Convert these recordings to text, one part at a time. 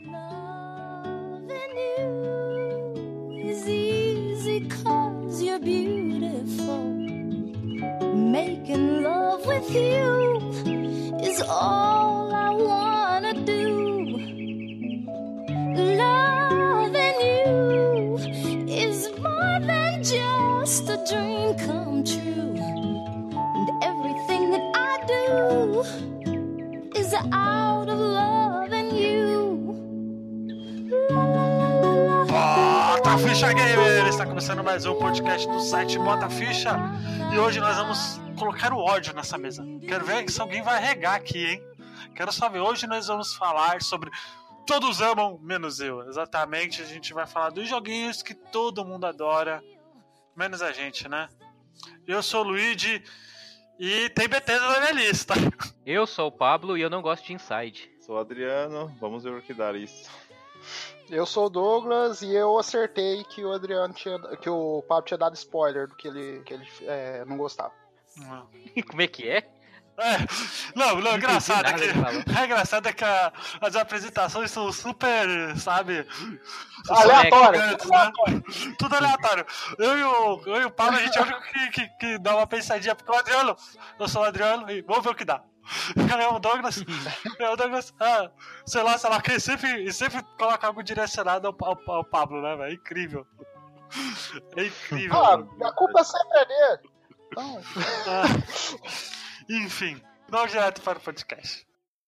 Loving you is easy 'cause you're beautiful. Making love with you is all I wanna do. Loving you is more than just a dream come true. And everything that I do is out of loving you. Bota Ficha Gamer! Está começando mais um podcast do site Bota Ficha. E hoje nós vamos colocar o ódio nessa mesa. Quero ver se alguém vai regar aqui, hein? Quero saber. Hoje nós vamos falar sobre todos amam, menos eu. Exatamente, a gente vai falar dos joguinhos que todo mundo adora, menos a gente, né? Eu sou o Luigi e tem Bethesda na minha lista. Eu sou o Pablo e eu não gosto de Inside. Sou o Adriano, vamos ver o que dá isso. Eu sou o Douglas e eu acertei que o Adriano que o Pablo tinha dado spoiler do que ele não gostava. Como é que é? Não, engraçado nada é que as apresentações são super, sabe? Aleatório. Né? Tudo aleatório. Eu e o Pablo, a gente é o único que dá uma pensadinha, porque o Adriano, eu sou o Adriano e vamos ver o que dá. É o Douglas, sei lá, que sempre coloca algo direcionado ao Pablo, né, velho? É incrível. É incrível. A culpa sempre é dele. Então... Enfim, vamos direto para o podcast.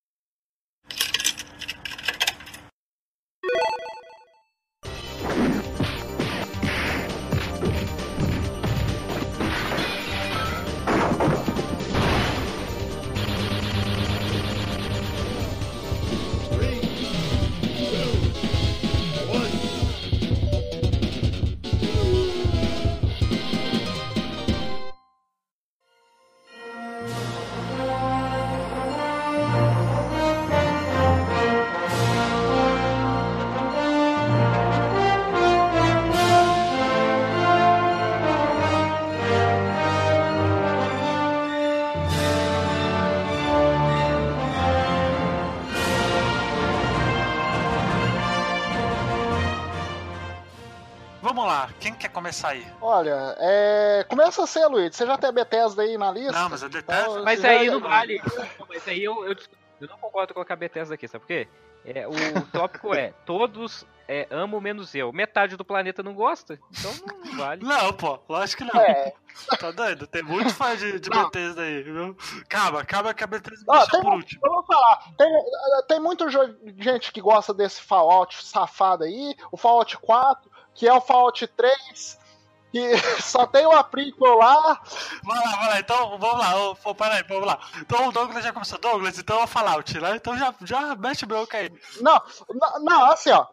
Vamos lá, quem quer começar aí? Olha, começa você, Luiz. Você já tem a Bethesda aí na lista? Não, mas eu detesto. Então, Mas aí não vale. Mas aí eu não concordo com a Bethesda aqui, sabe por quê? O tópico é todos amam menos eu. Metade do planeta não gosta, então não vale. Não, pô, lógico que não. Tá doido? Tem muito fã de Bethesda aí, viu? Calma que a Bethesda deixa por último. Eu vou falar, tem muita gente que gosta desse Fallout safado aí, o Fallout 4, que é o Fallout 3, que só tem uma prequel lá. Vai lá, então vamos lá, peraí, vamos lá. Então o Douglas já começou, Douglas, então é o Fallout, né? Então já mexe o bronca aí. Não, assim, ó.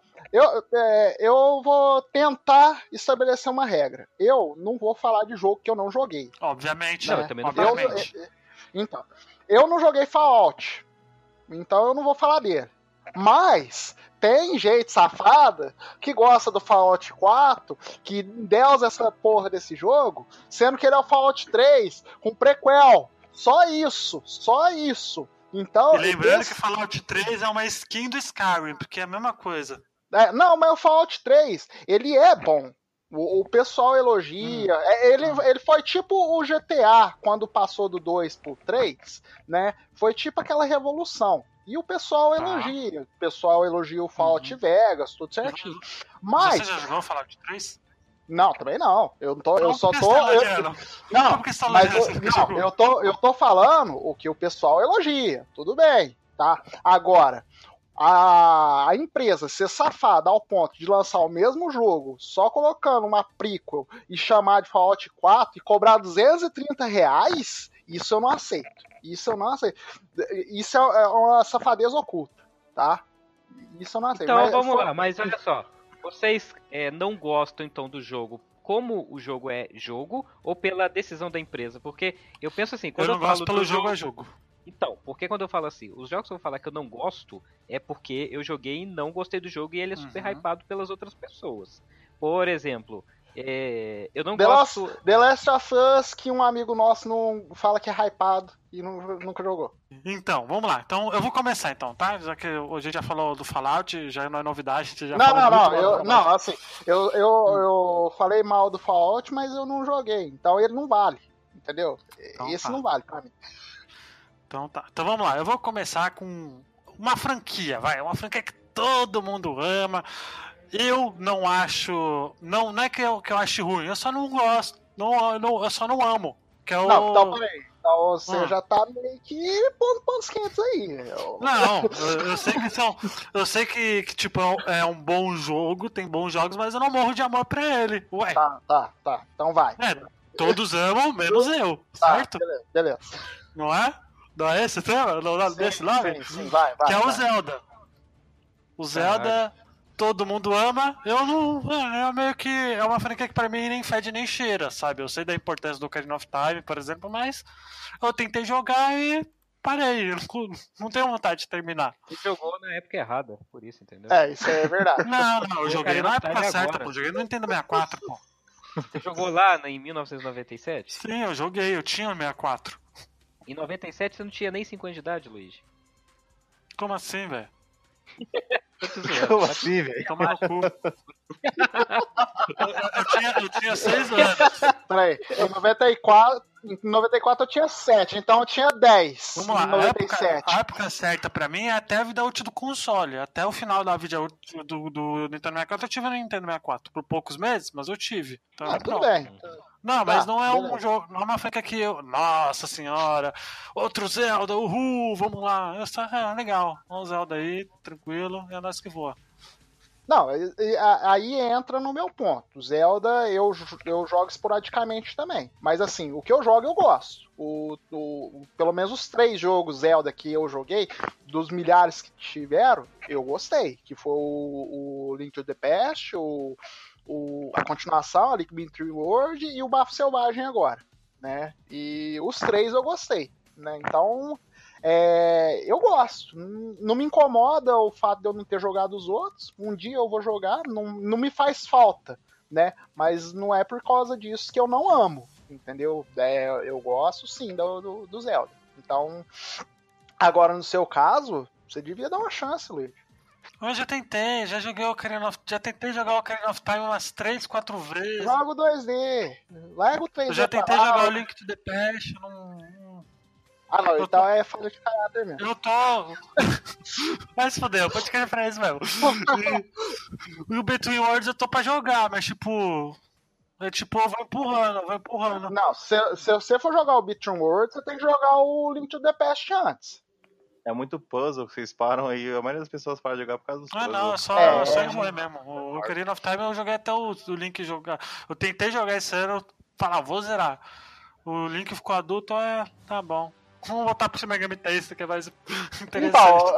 Eu vou tentar estabelecer uma regra. Eu não vou falar de jogo que eu não joguei. Obviamente, não, né? Eu também não Obviamente. Então, eu não joguei Fallout. Então eu não vou falar dele. Mas tem gente safada que gosta do Fallout 4, que endeusa essa porra desse jogo, sendo que ele é o Fallout 3 com prequel. Só isso. Então, E lembrando que Fallout 3 é uma skin do Skyrim, porque é a mesma coisa. Não, mas o Fallout 3, ele é bom. O pessoal elogia. Ele foi tipo o GTA, quando passou do 2 pro 3, né? Foi tipo aquela revolução. E o pessoal elogia. O pessoal elogia o Fallout Vegas, tudo certinho. Mas... Você já jogou Fallout 3? Não, também não. Eu só tô. Eu tô falando o que o pessoal elogia. Tudo bem, tá? Agora, a empresa ser safada ao ponto de lançar o mesmo jogo só colocando uma prequel e chamar de Fallout 4 e cobrar R$230, isso eu não aceito. Isso é uma safadeza oculta, tá? Isso eu não aceito. Então vamos lá, mas olha só. Vocês não gostam então do jogo como o jogo é jogo ou pela decisão da empresa? Porque eu penso assim, quando eu não gosto pelo jogo é jogo. Então, porque quando eu falo assim, os jogos que eu vou falar que eu não gosto é porque eu joguei e não gostei do jogo e ele é super hypado pelas outras pessoas. Por exemplo, Eu não The gosto. Last of Us, que um amigo nosso não fala que é hypado e nunca jogou. Então, vamos lá. Então, eu vou começar então, tá? Já que a gente já falou do Fallout, já não é novidade, a gente já falou muito mal do Fallout. Eu falei mal do Fallout, mas eu não joguei, então ele não vale, entendeu? Então, Esse tá. não vale pra mim. Então tá. Então vamos lá, eu vou começar com uma franquia, uma franquia que todo mundo ama. Eu não acho. Não é que eu ache ruim, eu só não gosto. Eu só não amo. Que é o... Não, então peraí. Então você já tá meio que pondo panos quentes aí. Não, eu sei que são. Eu sei que tipo, é um bom jogo, tem bons jogos, mas eu não morro de amor pra ele. Ué. Tá. Então vai. Todos amam, menos eu, certo? Beleza. Não é? Não é esse tema? Não é desse nome? Sim, vai. Que é o Zelda. O Zelda, todo mundo ama. Eu não. É meio que. É uma franquia que pra mim nem fede nem cheira, sabe? Eu sei da importância do Ocarina of Time, por exemplo, mas eu tentei jogar e parei. Eu não tenho vontade de terminar. Você jogou na época errada, por isso, entendeu? Isso é verdade. Não, eu joguei na época certa, agora. pô. Eu joguei no Nintendo 64, pô. Você jogou lá em 1997? Sim, eu joguei, eu tinha o 64. Em 97 você não tinha nem 5 anos de idade, Luigi. Como assim, velho? Como assim, velho? Toma no cu. Eu tinha 6 anos. Peraí, em 94 eu tinha 7, então eu tinha 10. Vamos lá, Em 97. a época certa pra mim é até a vida útil do console. Até o final da vida útil do Nintendo 64 eu tive no Nintendo 64. Por poucos meses, mas eu tive. Então, Tudo bem. Não, mas Tá, não é beleza. um jogo, não é uma franquia que eu. Nossa senhora! Outro Zelda, uhul, vamos lá. Legal. Um Zelda aí, tranquilo, é nós que voa. Não, aí entra no meu ponto. Zelda eu jogo esporadicamente também. Mas assim, o que eu jogo eu gosto. Pelo menos os 3 jogos Zelda que eu joguei, dos milhares que tiveram, eu gostei. Que foi o Link to the Past, a continuação, a Link Between Worlds e o Bafo Selvagem agora. Né? E os 3 eu gostei. Né? Então... eu gosto, não me incomoda o fato de eu não ter jogado os outros. Um dia eu vou jogar, não me faz falta, né? Mas não é por causa disso que eu não amo, entendeu? Eu gosto sim do Zelda. Então, agora no seu caso, você devia dar uma chance, Luiz. Eu já tentei, já tentei jogar o Ocarina of Time umas 3, 4 vezes. Joga o 2D, larga o 3D. Eu já tentei jogar o Link to the Past, não, então é falta de caráter mesmo. Eu tô. Mas fodeu, pode querer pra isso mesmo. E o Between Worlds eu tô pra jogar, mas tipo. Vai empurrando. Não, se você for jogar o Between Worlds, você tem que jogar o Link to the Past antes. É muito puzzle que vocês param aí. A maioria das pessoas param de jogar por causa dos puzzles. Não, é só enjoei mesmo. O Ocarina of Time eu joguei até o Link jogar. Eu tentei jogar esse ano, vou zerar. O Link ficou adulto, tá bom. Vamos voltar pro Super Game Taste, que é mais interessante.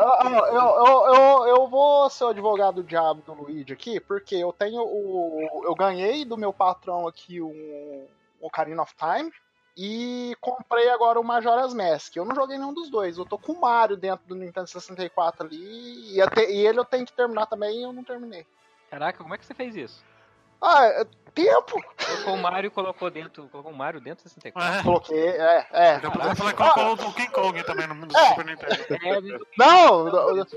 Então, eu vou ser o advogado do diabo do Luigi aqui, porque eu ganhei do meu patrão aqui um Ocarina of Time e comprei agora o Majora's Mask. Eu não joguei nenhum dos dois, eu tô com o Mario dentro do Nintendo 64 ali, e ele eu tenho que terminar também e eu não terminei. Caraca, como é que você fez isso? Tempo! Colocou o Mario colocou o Mario dentro do 64. Coloquei, Daqui a pouco eu falei que colocou o Donkey Kong também no Super Nintendo. Não,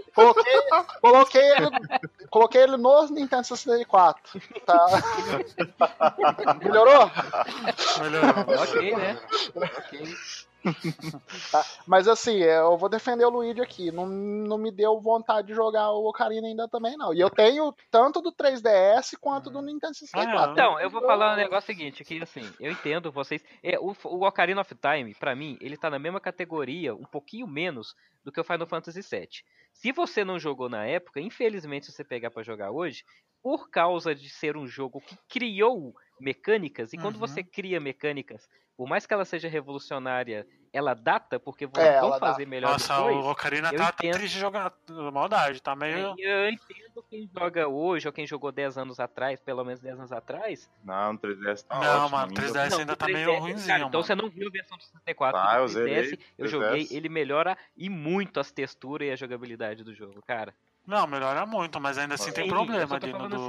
coloquei ele no Nintendo 64. Tá? Melhorou? Melhorou. Ok, né? Ok. Tá? Mas assim, eu vou defender o Luigi aqui. Não me deu vontade de jogar o Ocarina ainda também, não. E eu tenho tanto do 3DS quanto do Nintendo 64. Então, eu vou falar um negócio seguinte, que assim, eu entendo vocês. O Ocarina of Time, pra mim, ele tá na mesma categoria, um pouquinho menos do que o Final Fantasy VII. Se você não jogou na época, infelizmente, se você pegar pra jogar hoje, por causa de ser um jogo que criou mecânicas, e quando você cria mecânicas, por mais que ela seja revolucionária, ela data, porque vão fazer melhor Nossa, depois. o Ocarina tá triste de jogar, maldade, tá meio... Eu entendo quem joga hoje, ou quem jogou 10 anos atrás, pelo menos 10 anos atrás. Não, o 3DS tá Não, ótimo. mano, o 3DS ainda tá meio ruimzinho, cara, então mano. você não viu a versão do 64. Tá, eu do 3DS, zerei, eu 3DS. joguei, ele melhora e muito as texturas e a jogabilidade do jogo, cara. Não, melhora muito, mas ainda assim tem eu problema só tô ali falando assim,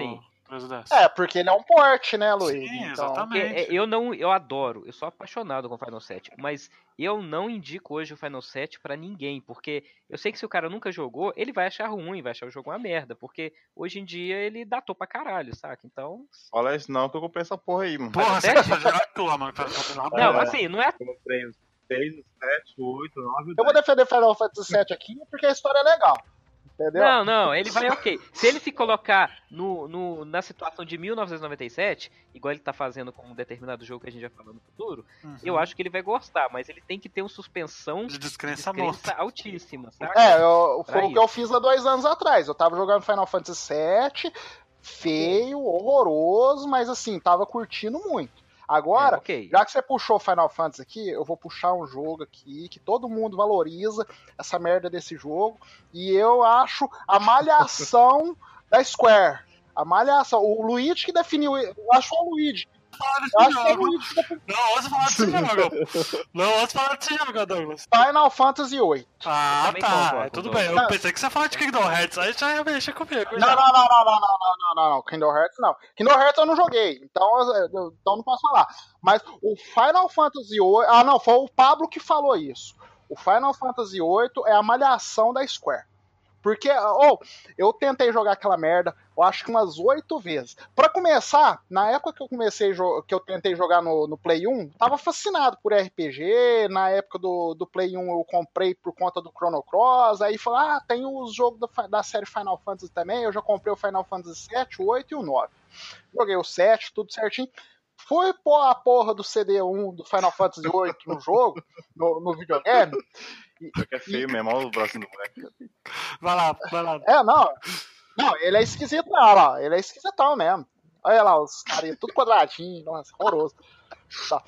3DS. É, porque ele é um porte, né, Luiz? Sim, Então, exatamente. Eu adoro, eu sou apaixonado com o Final 7, mas eu não indico hoje o Final 7 pra ninguém, porque eu sei que se o cara nunca jogou, ele vai achar ruim, vai achar o jogo uma merda, porque hoje em dia ele datou pra caralho, saca? Então... Fala isso não, que eu comprei essa porra aí, mano. Porra, você Final gosta de jogar tua, mano. Tá uma Não, merda. assim, não é... Eu comprei os 6, os 7, o 8, o 9 e o eu vou 10. defender Final Fantasy VII aqui porque a história é legal. Entendeu? Não, ele vai ok. Se ele se colocar na situação de 1997, igual ele tá fazendo com um determinado jogo que a gente vai falar no futuro, eu acho que ele vai gostar, mas ele tem que ter uma suspensão De descrença morta. altíssima, saca? Foi o que eu fiz há 2 anos atrás. Eu tava jogando Final Fantasy VII, feio, horroroso, mas assim, tava curtindo muito. Agora, ok. já que você puxou Final Fantasy aqui, eu vou puxar um jogo aqui que todo mundo valoriza essa merda desse jogo. E eu acho a malhação da Square. A malhação. O Luigi que definiu. Eu acho o Luigi. Eu acho que é o Luigi que definiu. Não, vamos falar desse jogo. Não, vamos falar desse jogo, Douglas. Final Fantasy VIII. Ah, também tá. concordo, Tudo Douglas. bem. Eu pensei que você ia falar de Kingdom Hearts. Aí já ia mexer comigo. Não. Kingdom Hearts não. Kingdom Hearts eu não joguei, então não posso falar. Mas o Final Fantasy VIII. Ah, não, foi o Pablo que falou isso. O Final Fantasy VIII é a malhação da Square. Porque, eu tentei jogar aquela merda, eu acho que umas 8 vezes. Pra começar, na época que eu tentei jogar no Play 1, tava fascinado por RPG. Na época do Play 1 eu comprei por conta do Chrono Cross. Aí falei, tem os jogos da série Final Fantasy também. Eu já comprei o Final Fantasy 7, o 8 e o 9. Joguei o 7, tudo certinho. Fui pôr a porra do CD1 do Final Fantasy 8 no jogo, no videogame. Que é feio mesmo, olha o braço do moleque. Vai lá. Não, ele é esquisito, olha lá, ele é esquisitão mesmo. Olha lá, os carinhos, tudo quadradinho, nossa, horroroso. Tá.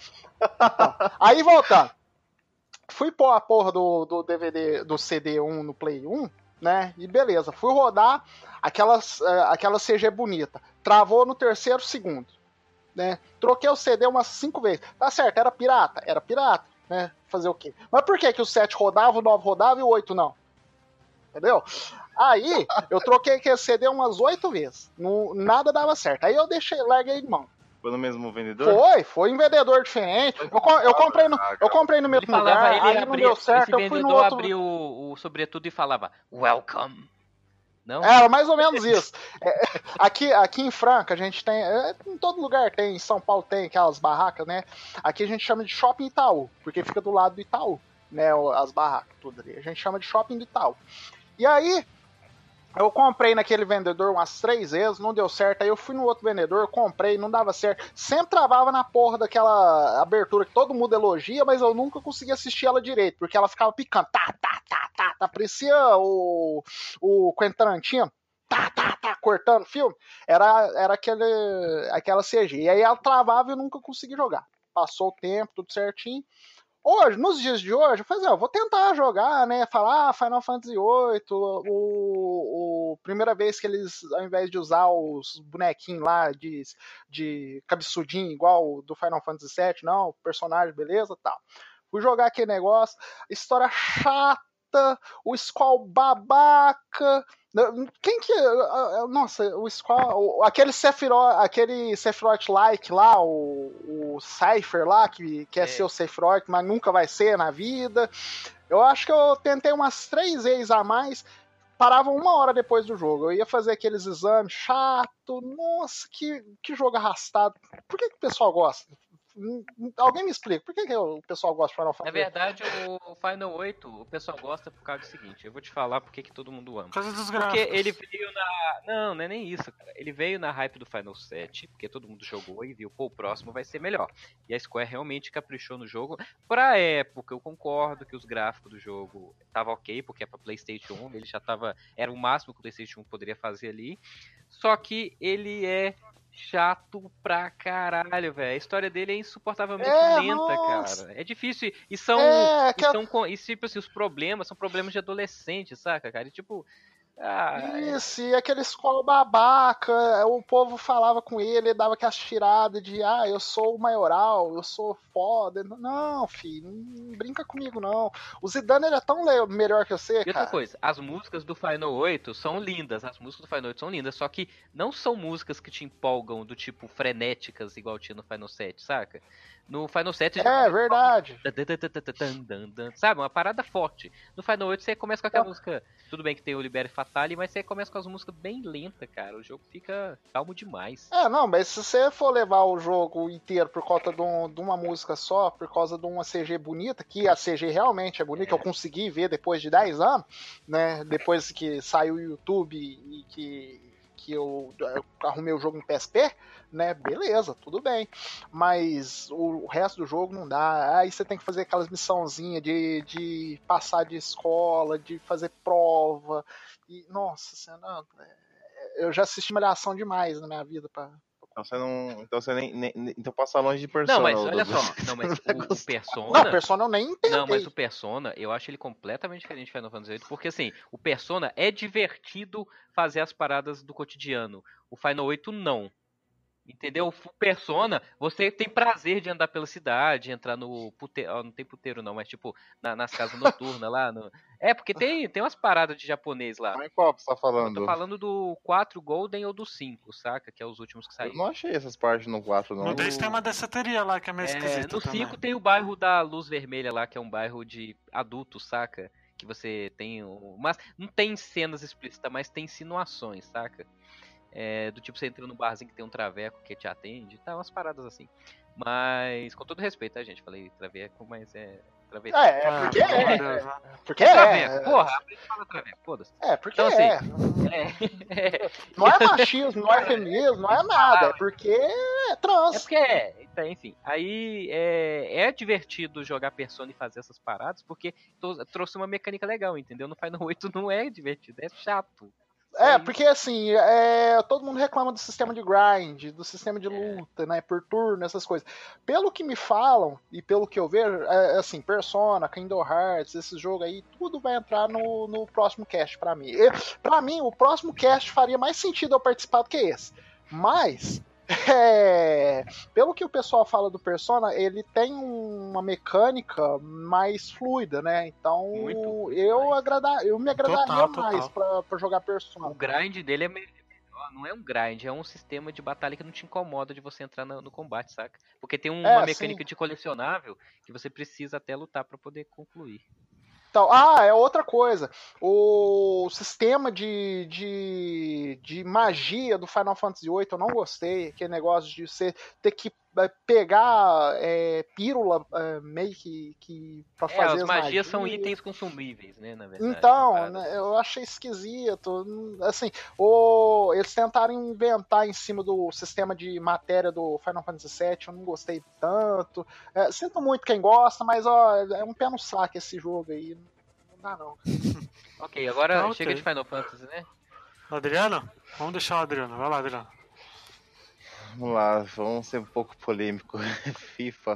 Aí voltando. Fui pôr a porra do DVD, do CD1 no Play 1, né? E beleza, fui rodar aquela CG bonita. Travou no 3º segundo. Né? Troquei o CD umas 5 vezes. Tá certo, era pirata, né? Fazer o quê? Mas por que o 7 rodava, o 9 rodava e o 8 não? Entendeu? Aí, eu troquei aquele CD umas 8 vezes. Nada dava certo. Aí eu larguei de mão. Foi no mesmo vendedor? Foi em vendedor diferente. Eu comprei no mesmo lugar, aí não deu certo, eu fui no outro. Abriu o sobretudo e falava Welcome. Não? Era mais ou menos isso. Aqui em Franca, a gente tem. Em todo lugar tem, em São Paulo tem aquelas barracas, né? Aqui a gente chama de Shopping Itaú, porque fica do lado do Itaú, né? As barracas, tudo ali. A gente chama de Shopping do Itaú. E aí, eu comprei naquele vendedor umas 3 vezes, não deu certo. Aí eu fui no outro vendedor, comprei, não dava certo. Sempre travava na porra daquela abertura que todo mundo elogia, mas eu nunca conseguia assistir ela direito, porque ela ficava picando. Parecia o Quentin Tarantino. Cortando o filme. Era aquela CG. E aí ela travava e eu nunca consegui jogar. Passou o tempo, tudo certinho. Hoje, nos dias de hoje, eu falei, eu vou tentar jogar, né? Falar Final Fantasy VIII, primeira vez que eles, ao invés de usar os bonequinhos lá de cabeçudinho igual do Final Fantasy VII, não, personagem, beleza, tal. Fui jogar aquele negócio, história chata, o Squall babaca. Quem que. Nossa, o Squall. Aquele Sephiroth-like lá, o Cypher lá, que quer ser o Sephiroth, mas nunca vai ser na vida. Eu acho que eu tentei umas 3 vezes a mais. Parava 1 hora depois do jogo. Eu ia fazer aqueles exames chato. Nossa, que jogo arrastado. Por que o pessoal gosta? Alguém me explica, por que o pessoal gosta de Final Fantasy? Na verdade, o Final 8, o pessoal gosta por causa do seguinte, eu vou te falar porque que todo mundo ama. Por causa dos Porque gráficos. ele veio Não é nem isso, cara. Ele veio na hype do Final 7, porque todo mundo jogou e viu, o próximo vai ser melhor. E a Square realmente caprichou no jogo. Pra época, eu concordo que os gráficos do jogo estavam ok, porque é pra PlayStation 1, ele já tava... Era o máximo que o PlayStation 1 poderia fazer ali. Só que ele é chato pra caralho, velho. A história dele é insuportavelmente lenta, nossa. cara. É difícil. Tipo assim, os problemas são problemas de adolescente, saca, cara? E tipo, Isso, e aquele escola babaca, o povo falava com ele, dava aquela tirada de eu sou o maioral, eu sou foda. Não, filho, não brinca comigo, não. O Zidane ele é tão melhor que você, E outra cara. coisa, as músicas do Final 8 são lindas, só que não são músicas que te empolgam do tipo frenéticas, igual tinha no Final 7, saca? No Final 7 É verdade. sabe, uma parada forte. No Final 8 você começa com aquela música, tudo bem que tem o Libere Fatale, mas você começa com as músicas bem lentas, cara. O jogo fica calmo demais. Não, mas se você for levar o jogo inteiro por conta de uma música só, por causa de uma CG bonita, que a CG realmente é bonita, que eu consegui ver depois de 10 anos, né? Depois que saiu o YouTube e que eu arrumei o jogo em PSP, né? Beleza, tudo bem. Mas o resto do jogo não dá. Aí você tem que fazer aquelas missãozinhas de passar de escola, de fazer prova. E, nossa senhora, eu já assisti Malhação demais na minha vida pra... Então você então passa longe de Persona. Não, mas olha só. Não, mas o Persona... Não, Persona eu nem entendo. Não, mas o Persona, eu acho ele completamente diferente de Final Fantasy VIII, porque assim, o Persona é divertido fazer as paradas do cotidiano. O Final 8 não. Entendeu? O Persona, você tem prazer de andar pela cidade, entrar no puteiro, não tem puteiro não, mas tipo, nas casas noturnas lá. Porque tem umas paradas de japonês lá. Mas qual que você tá falando? Eu tô falando do 4 Golden ou do 5, saca? Que é os últimos que Eu saíram. não achei essas partes no 4, não. No 10 tem uma danceteria lá que é meio esquisita No também. 5 tem o bairro da Luz Vermelha lá, que é um bairro de adultos, saca? Que você tem... Mas não tem cenas explícitas, mas tem insinuações, saca? Do tipo, você entra no barzinho que tem um traveco que te atende, tá, umas paradas assim. Mas, com todo respeito, tá, gente? Falei traveco, mas é travesti. Porque traveco, porra, aprende a falar traveco, foda-se. Porque então, assim, Não é machismo, não é feminismo, não é nada, é porque é trans. porque é. Então, enfim, aí é divertido jogar Persona e fazer essas paradas, porque trouxe uma mecânica legal, entendeu? No Final 8 não é divertido, é chato. Porque assim, todo mundo reclama do sistema de grind, do sistema de luta, né, por turno, essas coisas. Pelo que me falam, e pelo que eu vejo, assim, Persona, Kingdom Hearts, esse jogo aí, tudo vai entrar no próximo cast pra mim. Pra mim, o próximo cast faria mais sentido eu participar do que esse. Mas... pelo que o pessoal fala do Persona, ele tem uma mecânica mais fluida, né? Então eu me agradaria mais pra jogar Persona. O grind dele é melhor, não é um grind, é um sistema de batalha que não te incomoda de você entrar no combate, saca? Porque tem uma mecânica de colecionável que você precisa até lutar pra poder concluir. Então, é outra coisa. O sistema de magia do Final Fantasy VIII eu não gostei. Aquele negócio de você ter que pegar pílula meio que pra fazer as magias são itens consumíveis, né, na verdade. Então, né, eu achei esquisito. Assim, eles tentaram inventar em cima do sistema de matéria do Final Fantasy VII, eu não gostei tanto. Sinto muito quem gosta, mas é um pé no saco esse jogo aí. Não dá não. Ok, agora chega de Final Fantasy, né? Adriano? Vamos deixar o Adriano. Vai lá, Adriano. Vamos lá, vamos ser um pouco polêmico. FIFA.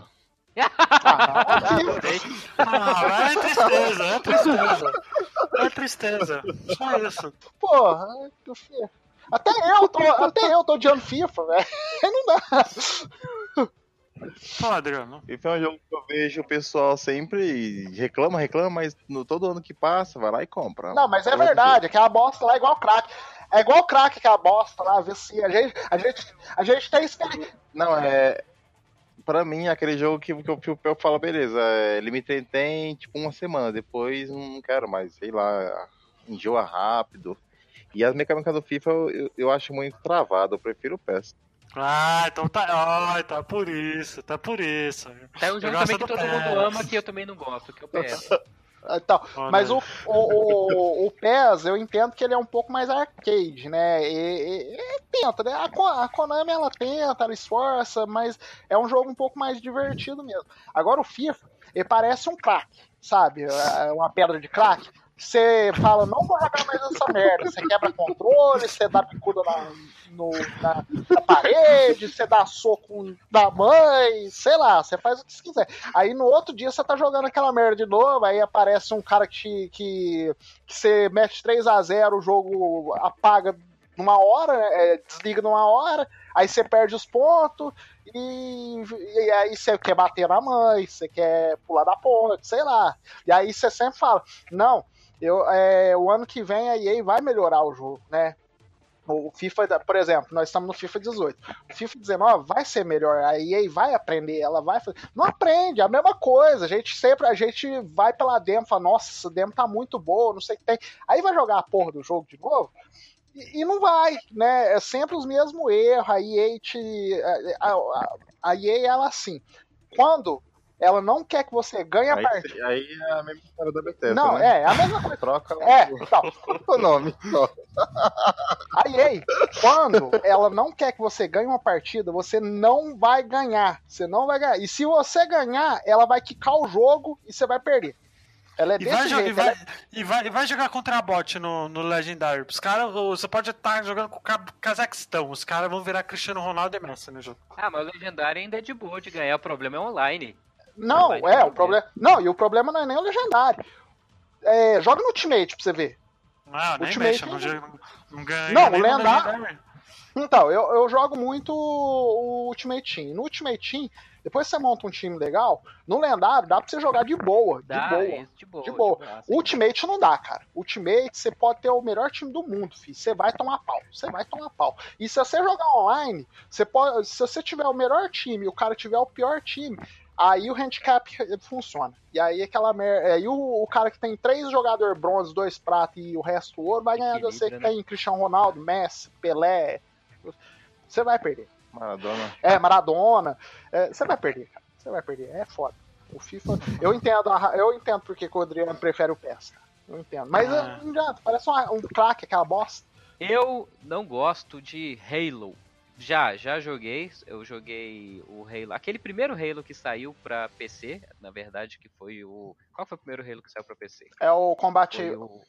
É tristeza. Só isso. Porra, até eu tô odiando FIFA, velho. Não dá. Fala, Adriano. FIFA é um jogo que eu vejo o pessoal sempre reclama, mas todo ano que passa, vai lá e compra. Não, mas é verdade, aquela bosta lá é igual crack. É igual crack aquela bosta lá, vê se a gente tem experiência. Não, pra mim, aquele jogo que eu falo, beleza, ele me entretém tipo uma semana, depois não quero mais, sei lá, enjoa rápido. E as mecânicas do FIFA eu acho muito travado, eu prefiro o PES. Então tá por isso. Tá um jogo também que todo mundo ama, que eu também não gosto, que é o PS. Então, mas o PES, eu entendo que ele é um pouco mais arcade, né? E tenta, né? A Konami, ela tenta, ela esforça, mas é um jogo um pouco mais divertido mesmo. Agora o FIFA, ele parece um crack, sabe? Uma pedra de crack. você fala, não vou jogar mais essa merda. Você quebra controle, você dá bicuda na parede, você dá soco da mãe, sei lá, você faz o que você quiser. Aí no outro dia você tá jogando aquela merda de novo, aí aparece um cara que você mete 3-0, o jogo apaga numa hora, desliga numa hora, aí você perde os pontos, e aí você quer bater na mãe, você quer pular da ponte, sei lá. E aí você sempre fala, não, o ano que vem a EA vai melhorar o jogo, né? O FIFA, por exemplo, nós estamos no FIFA 18. O FIFA 19 vai ser melhor, a EA vai aprender, ela vai fazer. Não aprende, é a mesma coisa. A gente vai pela demo, fala, nossa, essa demo tá muito boa, não sei o que tem. Aí vai jogar a porra do jogo de novo e não vai, né? É sempre os mesmos erros. A EA, ela assim, quando ela não quer que você ganhe a partida. Aí é a mesma história da Bethesda, não, né? é a mesma coisa. Troca então. o nome. Só. A EA, quando ela não quer que você ganhe uma partida, você não vai ganhar. Você não vai ganhar. E se você ganhar, ela vai quicar o jogo e você vai perder. Ela é desse jeito. E vai jogar contra a bot no Legendary. Os caras, você pode estar jogando com o Cazaquistão. Os caras vão virar Cristiano Ronaldo e Messi no jogo. Ah, mas o Legendary ainda é de boa de ganhar. O problema é online. Não, o problema. Não, e o problema não é nem o Legendário. Joga no Ultimate pra você ver. Ah, nem Ultimate mexa, não ganha. Não, nem o Legendário. Então, eu jogo muito o Ultimate Team. No Ultimate Team, depois que você monta um time legal, no lendário dá pra você jogar de boa. De boa. Ultimate não dá, cara. Ultimate, você pode ter o melhor time do mundo, filho. Você vai tomar pau. E se você jogar online, se você tiver o melhor time e o cara tiver o pior time, aí o handicap funciona. E aí aquela merda. Aí o cara que tem 3 jogadores bronze, 2 prata e o resto ouro vai ganhar de você que tem Cristiano Ronaldo, Messi, Pelé. Você vai perder. Maradona. Você vai perder, cara. Você vai perder. É foda. O FIFA. Eu entendo porque o Adriano prefere o PES, cara. Eu entendo. Mas parece um craque, aquela bosta. Eu não gosto de Halo. Já joguei. Eu joguei o Halo. Aquele primeiro Halo que saiu pra PC, na verdade, que foi o. Qual foi o primeiro Halo que saiu pra PC? É o Combat. O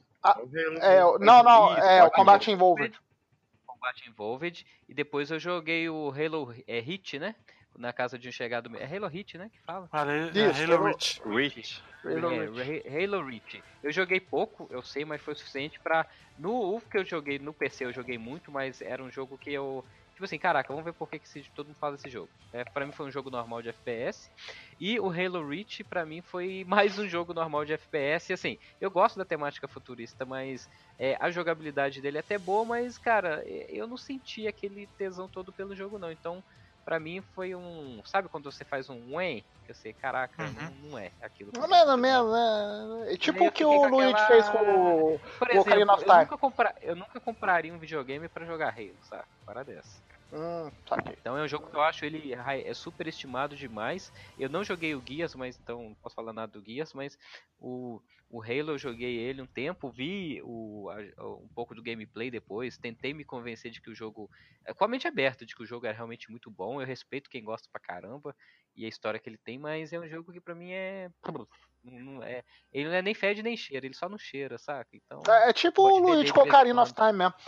Combat Involved. Combat Involved. E depois eu joguei o Halo Hit, né? Na casa de um chegado. É Halo Hit, né? Que fala? Halo Reach. Halo Reach. Eu joguei pouco, eu sei, mas foi suficiente pra. No que eu joguei no PC, eu joguei muito, mas era um jogo que eu. Tipo assim, caraca, vamos ver por que todo mundo fala desse jogo. Pra mim foi um jogo normal de FPS. E o Halo Reach, pra mim, foi mais um jogo normal de FPS. E assim, eu gosto da temática futurista, mas a jogabilidade dele é até boa, mas, cara, eu não senti aquele tesão todo pelo jogo, não. Então, pra mim, foi um... Sabe quando você faz um ué? Eu sei, caraca, não é aquilo. Não é mesmo, né? Tipo o que o Luigi fez com o Ocarina of Time. Eu nunca compraria um videogame pra jogar Halo, sabe? Para dessa. Então é um jogo que eu acho ele super estimado demais. Eu não joguei o Gears, mas então não posso falar nada do Gears, mas o Halo eu joguei ele um tempo, vi um pouco do gameplay depois, tentei me convencer de que o jogo, com a mente aberta, de que o jogo é realmente muito bom. Eu respeito quem gosta pra caramba e a história que ele tem, mas é um jogo que pra mim ele não é nem fede nem cheira, ele só não cheira, saca? Então, é tipo o Luigi com Ocarina of Time mesmo.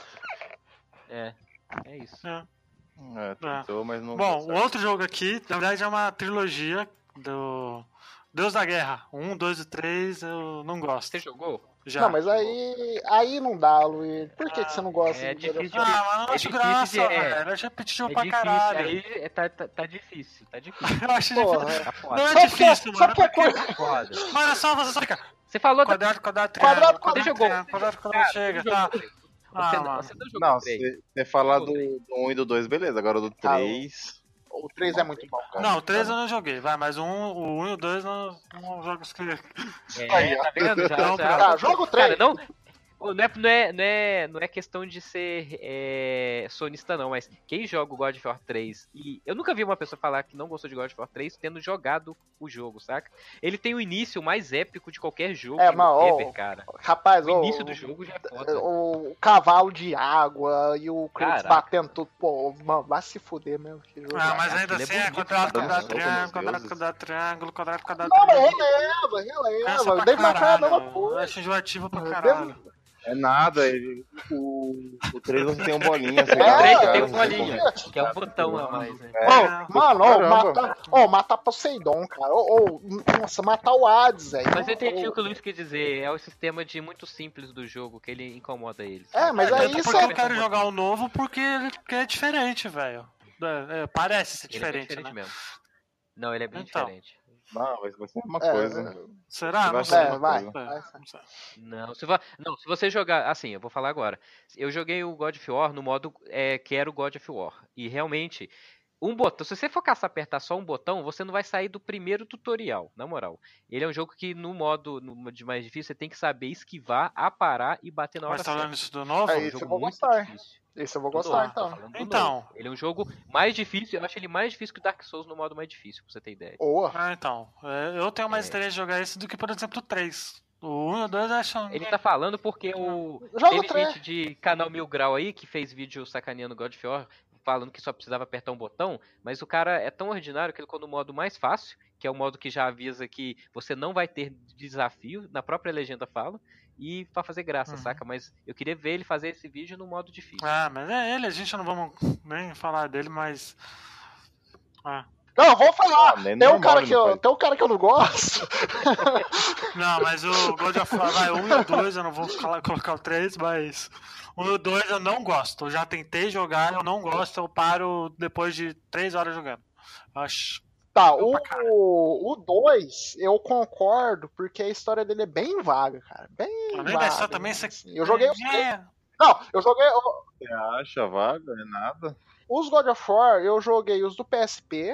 É isso. Tentou, mas não. Bom, o outro jogo aqui, na verdade, é uma trilogia do Deus da Guerra. 1, 2 e 3 eu não gosto. Você jogou? Já. Não, mas aí não dá, Luiz. Por que você não gosta? É difícil. Mas eu não acho graça, velho. Eu já repetido pra caralho. Aí tá difícil. Eu acho difícil. Tá foda. Não é difícil, mano. Foda. Olha só, você fica. Você falou quadrado, você jogou. Quadrado, chega, tá. Você não jogou Não, você falar do 1 e do 2, beleza. Agora do 3. O 3 é muito bom, cara. Não, o 3 eu não joguei, mas o 1 e o 2 não jogos que. Tá vendo? Já. Joga o 3. Cara, Não é questão de ser sonista, não, mas quem joga o God of War 3, e eu nunca vi uma pessoa falar que não gostou de God of War 3 tendo jogado o jogo, saca? Ele tem o início mais épico de qualquer jogo ever, cara. Rapaz, O início do jogo já é foda. O cavalo de água e o Kratos Caraca. batendo tudo. Pô, mano, vai se fuder mesmo. Que jogo. Ah, mas ainda aquilo é assim é bonito quadrado, pra quadrado, caramba, triângulo, meus quadrado, deuses. quadrado, triângulo, quadrado, quadrado, Não, triângulo. Cansa releva. pra Deve marcar a mesma caralho. Eu coisa. acho enjoativo pra caralho. É nada, o 3 você tem um bolinha. Você É, dá o três cara, tem um você bolinha, consegue- que é um botão a mais, né? Matar Poseidon, cara. Nossa, matar o Hades, velho. Mas eu entendi o que o Luiz quer dizer. É o sistema de muito simples do jogo que ele incomoda eles. É, mas Tanto aí porque isso eu quero jogar o novo porque é diferente, velho. Parece ser Ele é bem diferente, diferente né? mesmo. Não, ele é bem Então. diferente. Não, vai ser uma É, coisa. Será? Não Vai sei. ser uma vai. coisa. Não sei. Não, se você jogar. Assim, eu vou falar agora. Eu joguei o God of War no modo que era o God of War. E realmente, um botão. Se você for caçar apertar só um botão, você não vai sair do primeiro tutorial, na moral. Ele é um jogo que no modo de mais difícil, você tem que saber esquivar, aparar e bater na hora Mas tá certa. falando isso do novo? É É um isso, eu jogo vou muito gostar. difícil. Esse eu vou Do gostar, novo, tô então. falando do Então. novo. Ele é um jogo mais difícil, eu acho ele mais difícil que o Dark Souls no modo mais difícil, pra você ter ideia. Boa. Ah, então. Eu tenho mais interesse de jogar esse do que, por exemplo, o 3. O 1 e o 2 eu acho. Ele tá falando porque Joga teve o três. gente de canal Mil Grau aí que fez vídeo sacaneando God of War, falando que só precisava apertar um botão, mas o cara é tão ordinário que ele colocou no modo mais fácil, que é o modo que já avisa que você não vai ter desafio, na própria legenda fala, e pra fazer graça, saca? Mas eu queria ver ele fazer esse vídeo no modo difícil. Ah, mas é ele, a gente não vamos nem falar dele, mas. Não, vou falar. nem Tem um normal cara ele que não eu, faz. tem um cara que eu não gosto. Não, mas o God of War, vai, 1 e o 2, eu não vou colocar o 3, mas. O 1 e o 2 eu não gosto. Eu já tentei jogar, eu não gosto, eu paro depois de 3 horas jogando. Acho. Tá, o 2, eu concordo, porque a história dele é bem vaga, cara. Bem Além vaga. da história também, você. Assim. Eu joguei os É. Não, eu joguei. Você acha vaga? É nada? Os God of War, eu joguei os do PSP,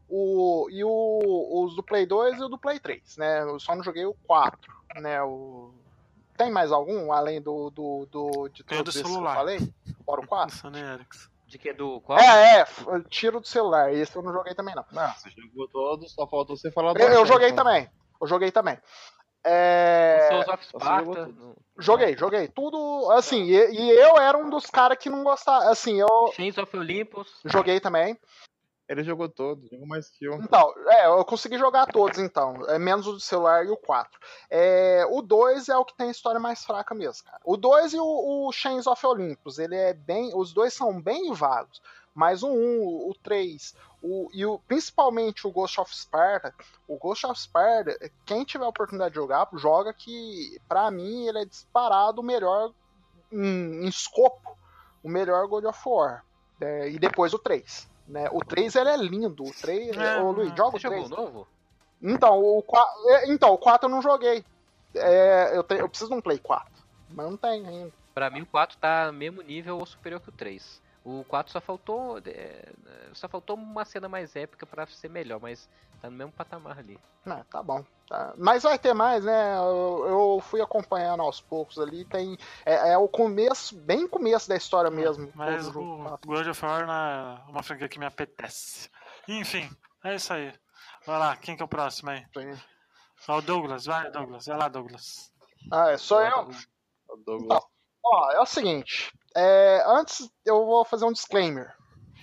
os do Play 2 e o do Play 3, né? Eu só não joguei o 4, né? Tem mais algum, além de Tem o todos do esses que eu celular. falei? Fora o 4? Sony Ericsson. De que do qual? Tiro do celular. Esse eu não joguei também, não. Não, você jogou todo, só faltou você falar do Eu Uncharted, joguei então. também. Eu joguei também. Souls of Você Sparta. jogou tudo. Joguei. Tudo, assim, e eu era um dos caras que não gostava, assim, eu Chains of Olympus. joguei também. Ele jogou todo, jogou mais que eu. Então, eu consegui jogar todos, então. Menos o do celular e o 4. O 2 é o que tem a história mais fraca mesmo, cara. O 2 e o Chains of Olympus, os dois são bem vagos. Mas o 1, o 3, principalmente o Ghost of Sparta. O Ghost of Sparta, quem tiver a oportunidade de jogar, joga, que pra mim ele é disparado o melhor em escopo, o melhor God of War. E depois o 3. Né? O 3 ele é lindo. O 3, ô, Luiz, joga o Você 3. jogou o novo? Então, o 4 eu não joguei. Eu preciso de um Play 4. Mas não tem ainda. Pra mim o 4 tá no mesmo nível ou superior que o 3. O 4 só faltou uma cena mais épica pra ser melhor, mas tá no mesmo patamar ali. Tá bom. Tá. Mas vai ter mais, né? Eu fui acompanhando aos poucos ali. Tem, o começo, bem começo da história mesmo. Mas todo o jogo. God of War não é uma franquia que me apetece. Enfim, é isso aí. Vai lá, quem que é o próximo aí? Sim. Ó, o Douglas, vai lá, Douglas. Sou eu? O Douglas. É o seguinte. Antes eu vou fazer um disclaimer.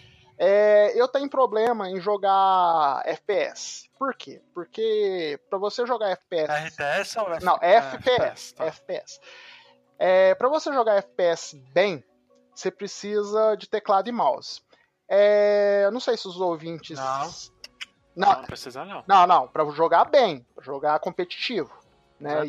Eu tenho problema em jogar FPS. Por quê? Porque pra você jogar FPS... RTS ou FPS? Não, FPS. Tá. FPS. Pra você jogar FPS bem, você precisa de teclado e mouse. Eu não sei se os ouvintes... Não precisa não. Não, pra jogar bem, pra jogar competitivo. Né?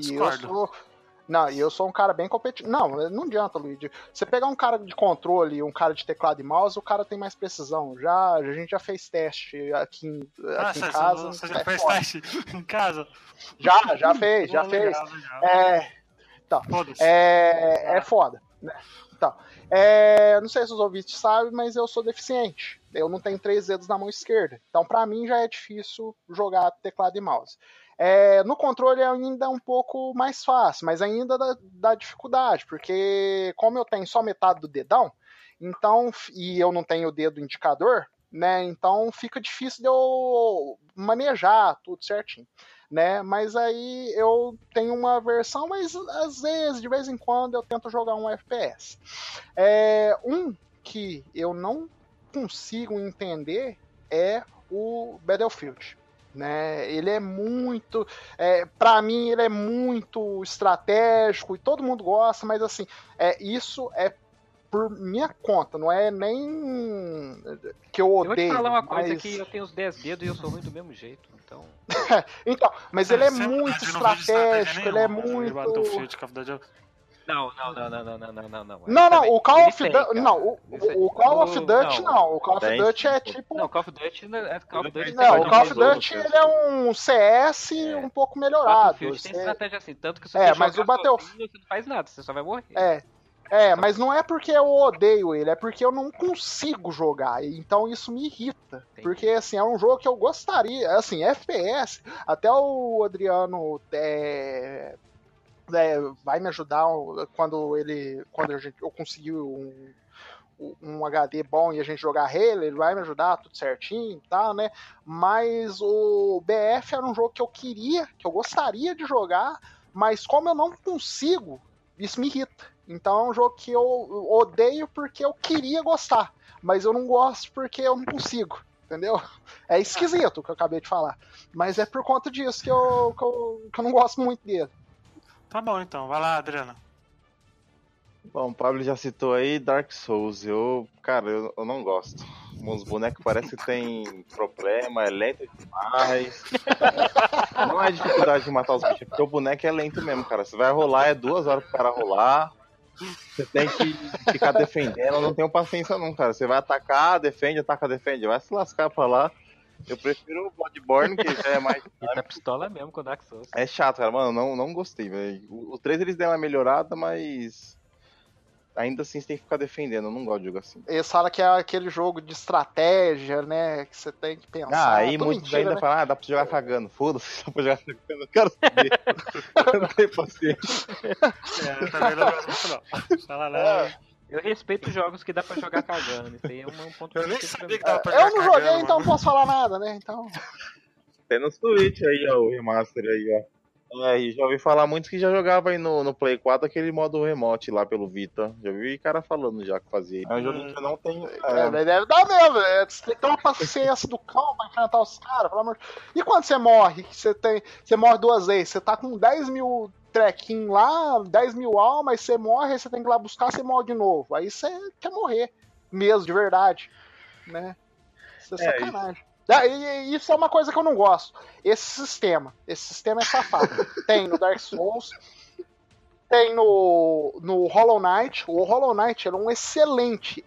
E eu sou um cara bem competitivo. Não adianta, Luigi. Você pegar um cara de controle e um cara de teclado e mouse, o cara tem mais precisão. A gente já fez teste aqui em casa. Você já fez teste em casa? Já fez. Legal. Então, Foda-se. é foda. Né? Então, não sei se os ouvintes sabem, mas eu sou deficiente. Eu não tenho 3 dedos na mão esquerda. Então, pra mim, já é difícil jogar teclado e mouse. No controle ainda é um pouco mais fácil, mas ainda dá dificuldade, porque como eu tenho só metade do dedão, então, e eu não tenho o dedo indicador, né? Então fica difícil de eu manejar tudo certinho, né? Mas aí eu tenho uma versão, mas às vezes, de vez em quando, eu tento jogar um FPS. Um que eu não consigo entender é o Battlefield. Né? Ele é muito, para mim ele é muito estratégico e todo mundo gosta, mas assim, isso é por minha conta, não é nem que eu Eu vou te odeio. falar uma coisa mas... que eu tenho os 10 dedos e eu sou ruim do mesmo jeito, então... Então, mas ele é Sem muito maldade, eu não vejo estratégia estratégico, ele é nenhuma, né? muito... Battlefield, Call of Duty, Não. Não, o Call of Duty. Duty. Não, o Call of Duty não. O Call of Tem. Duty é tipo. Não, Call of Duty Call of Duty Não, o Call of Duty Duty ele é um CS um pouco melhorado. Battlefield tem estratégia assim, tanto que se É, você mas jogar o Battlefield- sozinho, você não faz nada, você só vai morrer. Mas não é porque eu odeio ele, é porque eu não consigo jogar. Então isso me irrita. Entendi. Porque assim, é um jogo que eu gostaria. Assim, FPS, até o Adriano vai me ajudar quando eu conseguir um HD bom e a gente jogar Halo, ele vai me ajudar tudo certinho, tá, né? Mas o BF era um jogo que eu gostaria de jogar, mas como eu não consigo, isso me irrita. Então é um jogo que eu odeio porque eu queria gostar, mas eu não gosto porque eu não consigo, entendeu? É esquisito o que eu acabei de falar, mas é por conta disso que eu não gosto muito dele. Tá bom, então. Vai lá, Adriana. Bom, o Pablo já citou aí Dark Souls. Eu não gosto. Os bonecos parecem que tem problema, é lento demais. Não é dificuldade de matar os bichos, porque o boneco é lento mesmo, cara. Você vai rolar, é 2 horas pro cara rolar. Você tem que ficar defendendo. Eu não tenho paciência não, cara. Você vai atacar, defende, ataca, defende. Vai se lascar pra lá. Eu prefiro o Bloodborne, que já é mais... E tá pistola mesmo com o Dark Souls. É chato, cara. Mano, não gostei, velho. O 3 eles deram uma melhorada, mas... Ainda assim você tem que ficar defendendo. Eu não gosto de jogo assim. Eles falam que é aquele jogo de estratégia, né? Que você tem que pensar. Aí Tudo muitos mentira, ainda né? falam, dá pra jogar cagando. Foda-se, dá pra jogar cagando. Eu quero saber. Eu não tenho paciência. Eu também não gosto muito, não. Fala lá. Eu respeito jogos que dá pra jogar cagando. Isso aí é um ponto Eu nem positivo pra sabia mim. que dava pra jogar Eu não joguei, cagando, então não mano. posso falar nada, né? Então... Tem no Switch aí, ó, o remaster aí, ó. E já ouvi falar muito que já jogava aí no Play 4 aquele modo remote lá pelo Vita. Já vi cara falando já que fazia. É um jogo que eu não tenho. Mas deve dar mesmo. Você tem que ter uma paciência do cão pra enfrentar os caras, pelo amor de Deus. E quando você morre, você morre 2 vezes, você tá com 10 mil trequinhos lá, 10 mil almas, aí você morre, aí você tem que ir lá buscar, você morre de novo. Aí você quer morrer mesmo, de verdade. Né? Isso é sacanagem. E isso é uma coisa que eu não gosto. Esse sistema é safado. Tem no Dark Souls, tem no Hollow Knight. O Hollow Knight era um excelente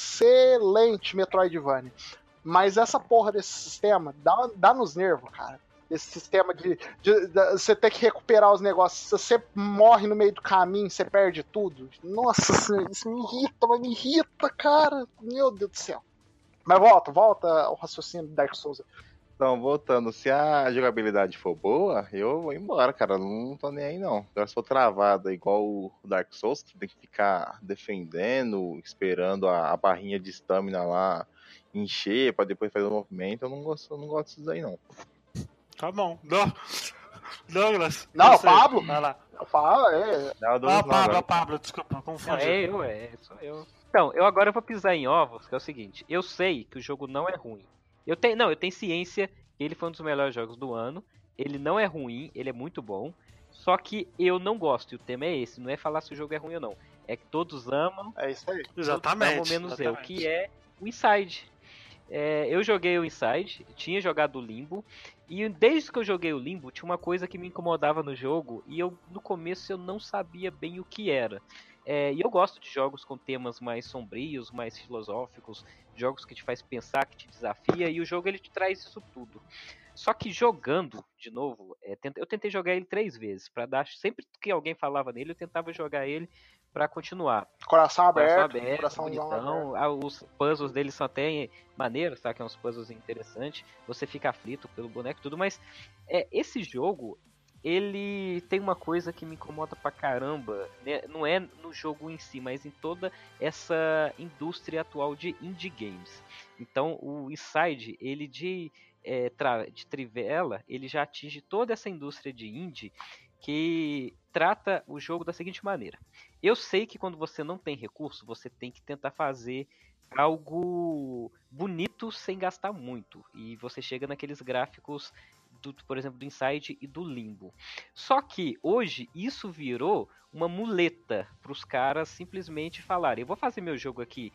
Metroidvania. Mas essa porra desse sistema dá nos nervos, cara. Esse sistema de você ter que recuperar os negócios. Se você morre no meio do caminho, você perde tudo. Nossa, isso me irrita, cara. Meu Deus do céu. Mas volta ao raciocínio do Dark Souls. Então, voltando, se a jogabilidade for boa, eu vou embora, cara. Não tô nem aí, não. Agora, se for travada igual o Dark Souls, que tem que ficar defendendo, esperando a barrinha de estamina lá encher pra depois fazer o movimento, eu não gosto disso aí, não. Tá bom. Douglas. Não, você. Pablo. Vai lá. Pablo, desculpa, Não, confundi. sou eu. Então, eu agora vou pisar em ovos, que é o seguinte, eu sei que o jogo não é ruim. Eu tenho ciência que ele foi um dos melhores jogos do ano. Ele não é ruim, ele é muito bom. Só que eu não gosto, e o tema é esse, não é falar se o jogo é ruim ou não. É que todos amam, É isso aí. Exatamente. todos amam menos eu, exatamente. que é o Inside. Eu joguei o Inside, tinha jogado o Limbo, e desde que eu joguei o Limbo, tinha uma coisa que me incomodava no jogo, e no começo eu não sabia bem o que era. E eu gosto de jogos com temas mais sombrios, mais filosóficos, jogos que te faz pensar, que te desafia, e o jogo ele te traz isso tudo. Só que jogando de novo, eu tentei jogar ele 3 vezes, para dar. Sempre que alguém falava nele, eu tentava jogar ele pra continuar. Coração Coração aberto, aberto, coraçãozão aberto. bonitão. Os puzzles deles são até maneiros, tá? Que é uns puzzles interessantes. Você fica aflito pelo boneco e tudo, mas esse jogo, ele tem uma coisa que me incomoda pra caramba, né? Não é no jogo em si, mas em toda essa indústria atual de indie games. Então, o Inside, ele de Trivela, ele já atinge toda essa indústria de indie que trata o jogo da seguinte maneira. Eu sei que quando você não tem recurso, você tem que tentar fazer algo bonito sem gastar muito. E você chega naqueles gráficos, por exemplo, do Inside e do Limbo. Só que hoje isso virou uma muleta para os caras simplesmente falarem: eu vou fazer meu jogo aqui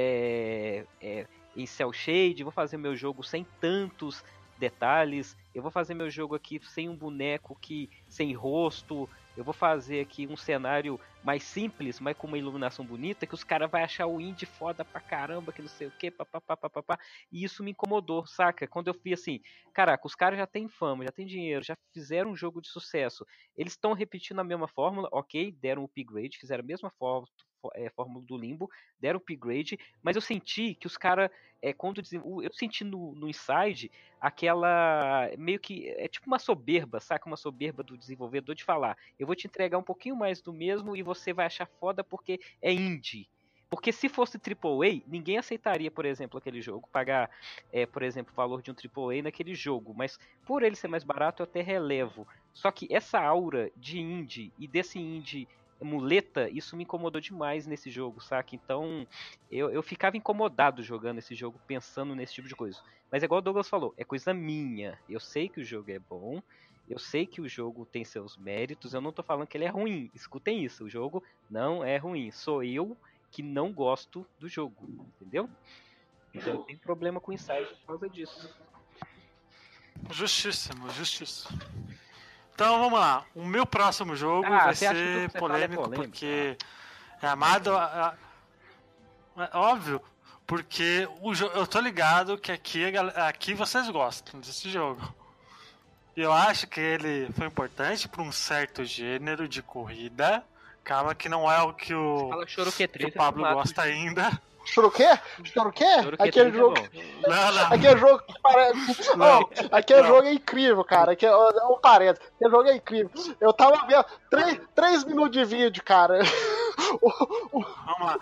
em cel shade, vou fazer meu jogo sem tantos detalhes, eu vou fazer meu jogo aqui sem um boneco sem rosto, eu vou fazer aqui um cenário mais simples, mas com uma iluminação bonita, que os caras vão achar o indie foda pra caramba, que não sei o que, papapá. E isso me incomodou, saca? Quando eu fui assim, caraca, os caras já têm fama, já têm dinheiro, já fizeram um jogo de sucesso, eles estão repetindo a mesma fórmula, ok, deram um upgrade, fizeram a mesma fórmula do Limbo, deram upgrade, mas eu senti que os caras, eu senti no Inside aquela, meio que, tipo uma soberba, saca? Uma soberba do desenvolvedor de falar: eu vou te entregar um pouquinho mais do mesmo e você vai achar foda porque é indie. Porque se fosse AAA, ninguém aceitaria, por exemplo, aquele jogo, pagar, por exemplo, o valor de um AAA naquele jogo. Mas por ele ser mais barato, eu até relevo. Só que essa aura de indie e desse indie muleta, isso me incomodou demais nesse jogo, saca? Então, eu ficava incomodado jogando esse jogo, pensando nesse tipo de coisa. Mas é igual o Douglas falou, é coisa minha. Eu sei que o jogo é bom, eu sei que o jogo tem seus méritos, eu não tô falando que ele é ruim. Escutem isso, o jogo não é ruim. Sou eu que não gosto do jogo, entendeu? Então eu tenho problema com o Inside por causa disso. Justíssimo. Então vamos lá. O meu próximo jogo vai ser polêmico, porque é amado. É óbvio, porque eu tô ligado que aqui vocês gostam desse jogo. E eu acho que ele foi importante para um certo gênero de corrida. Calma, que não é o que o Pablo gosta ainda. Choro quê? Aquele jogo. Não. Aquele jogo que parece. Não, aquele jogo é incrível, cara. Um parênteses. Aquele jogo é incrível. Eu tava vendo 3 minutos de vídeo, cara. Vamos lá.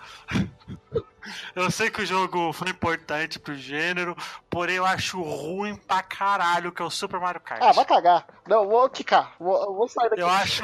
Eu sei que o jogo foi importante pro gênero, porém eu acho ruim pra caralho, que é o Super Mario Kart. Ah, vai cagar. Não, vou quicar. Vou sair daqui. Eu acho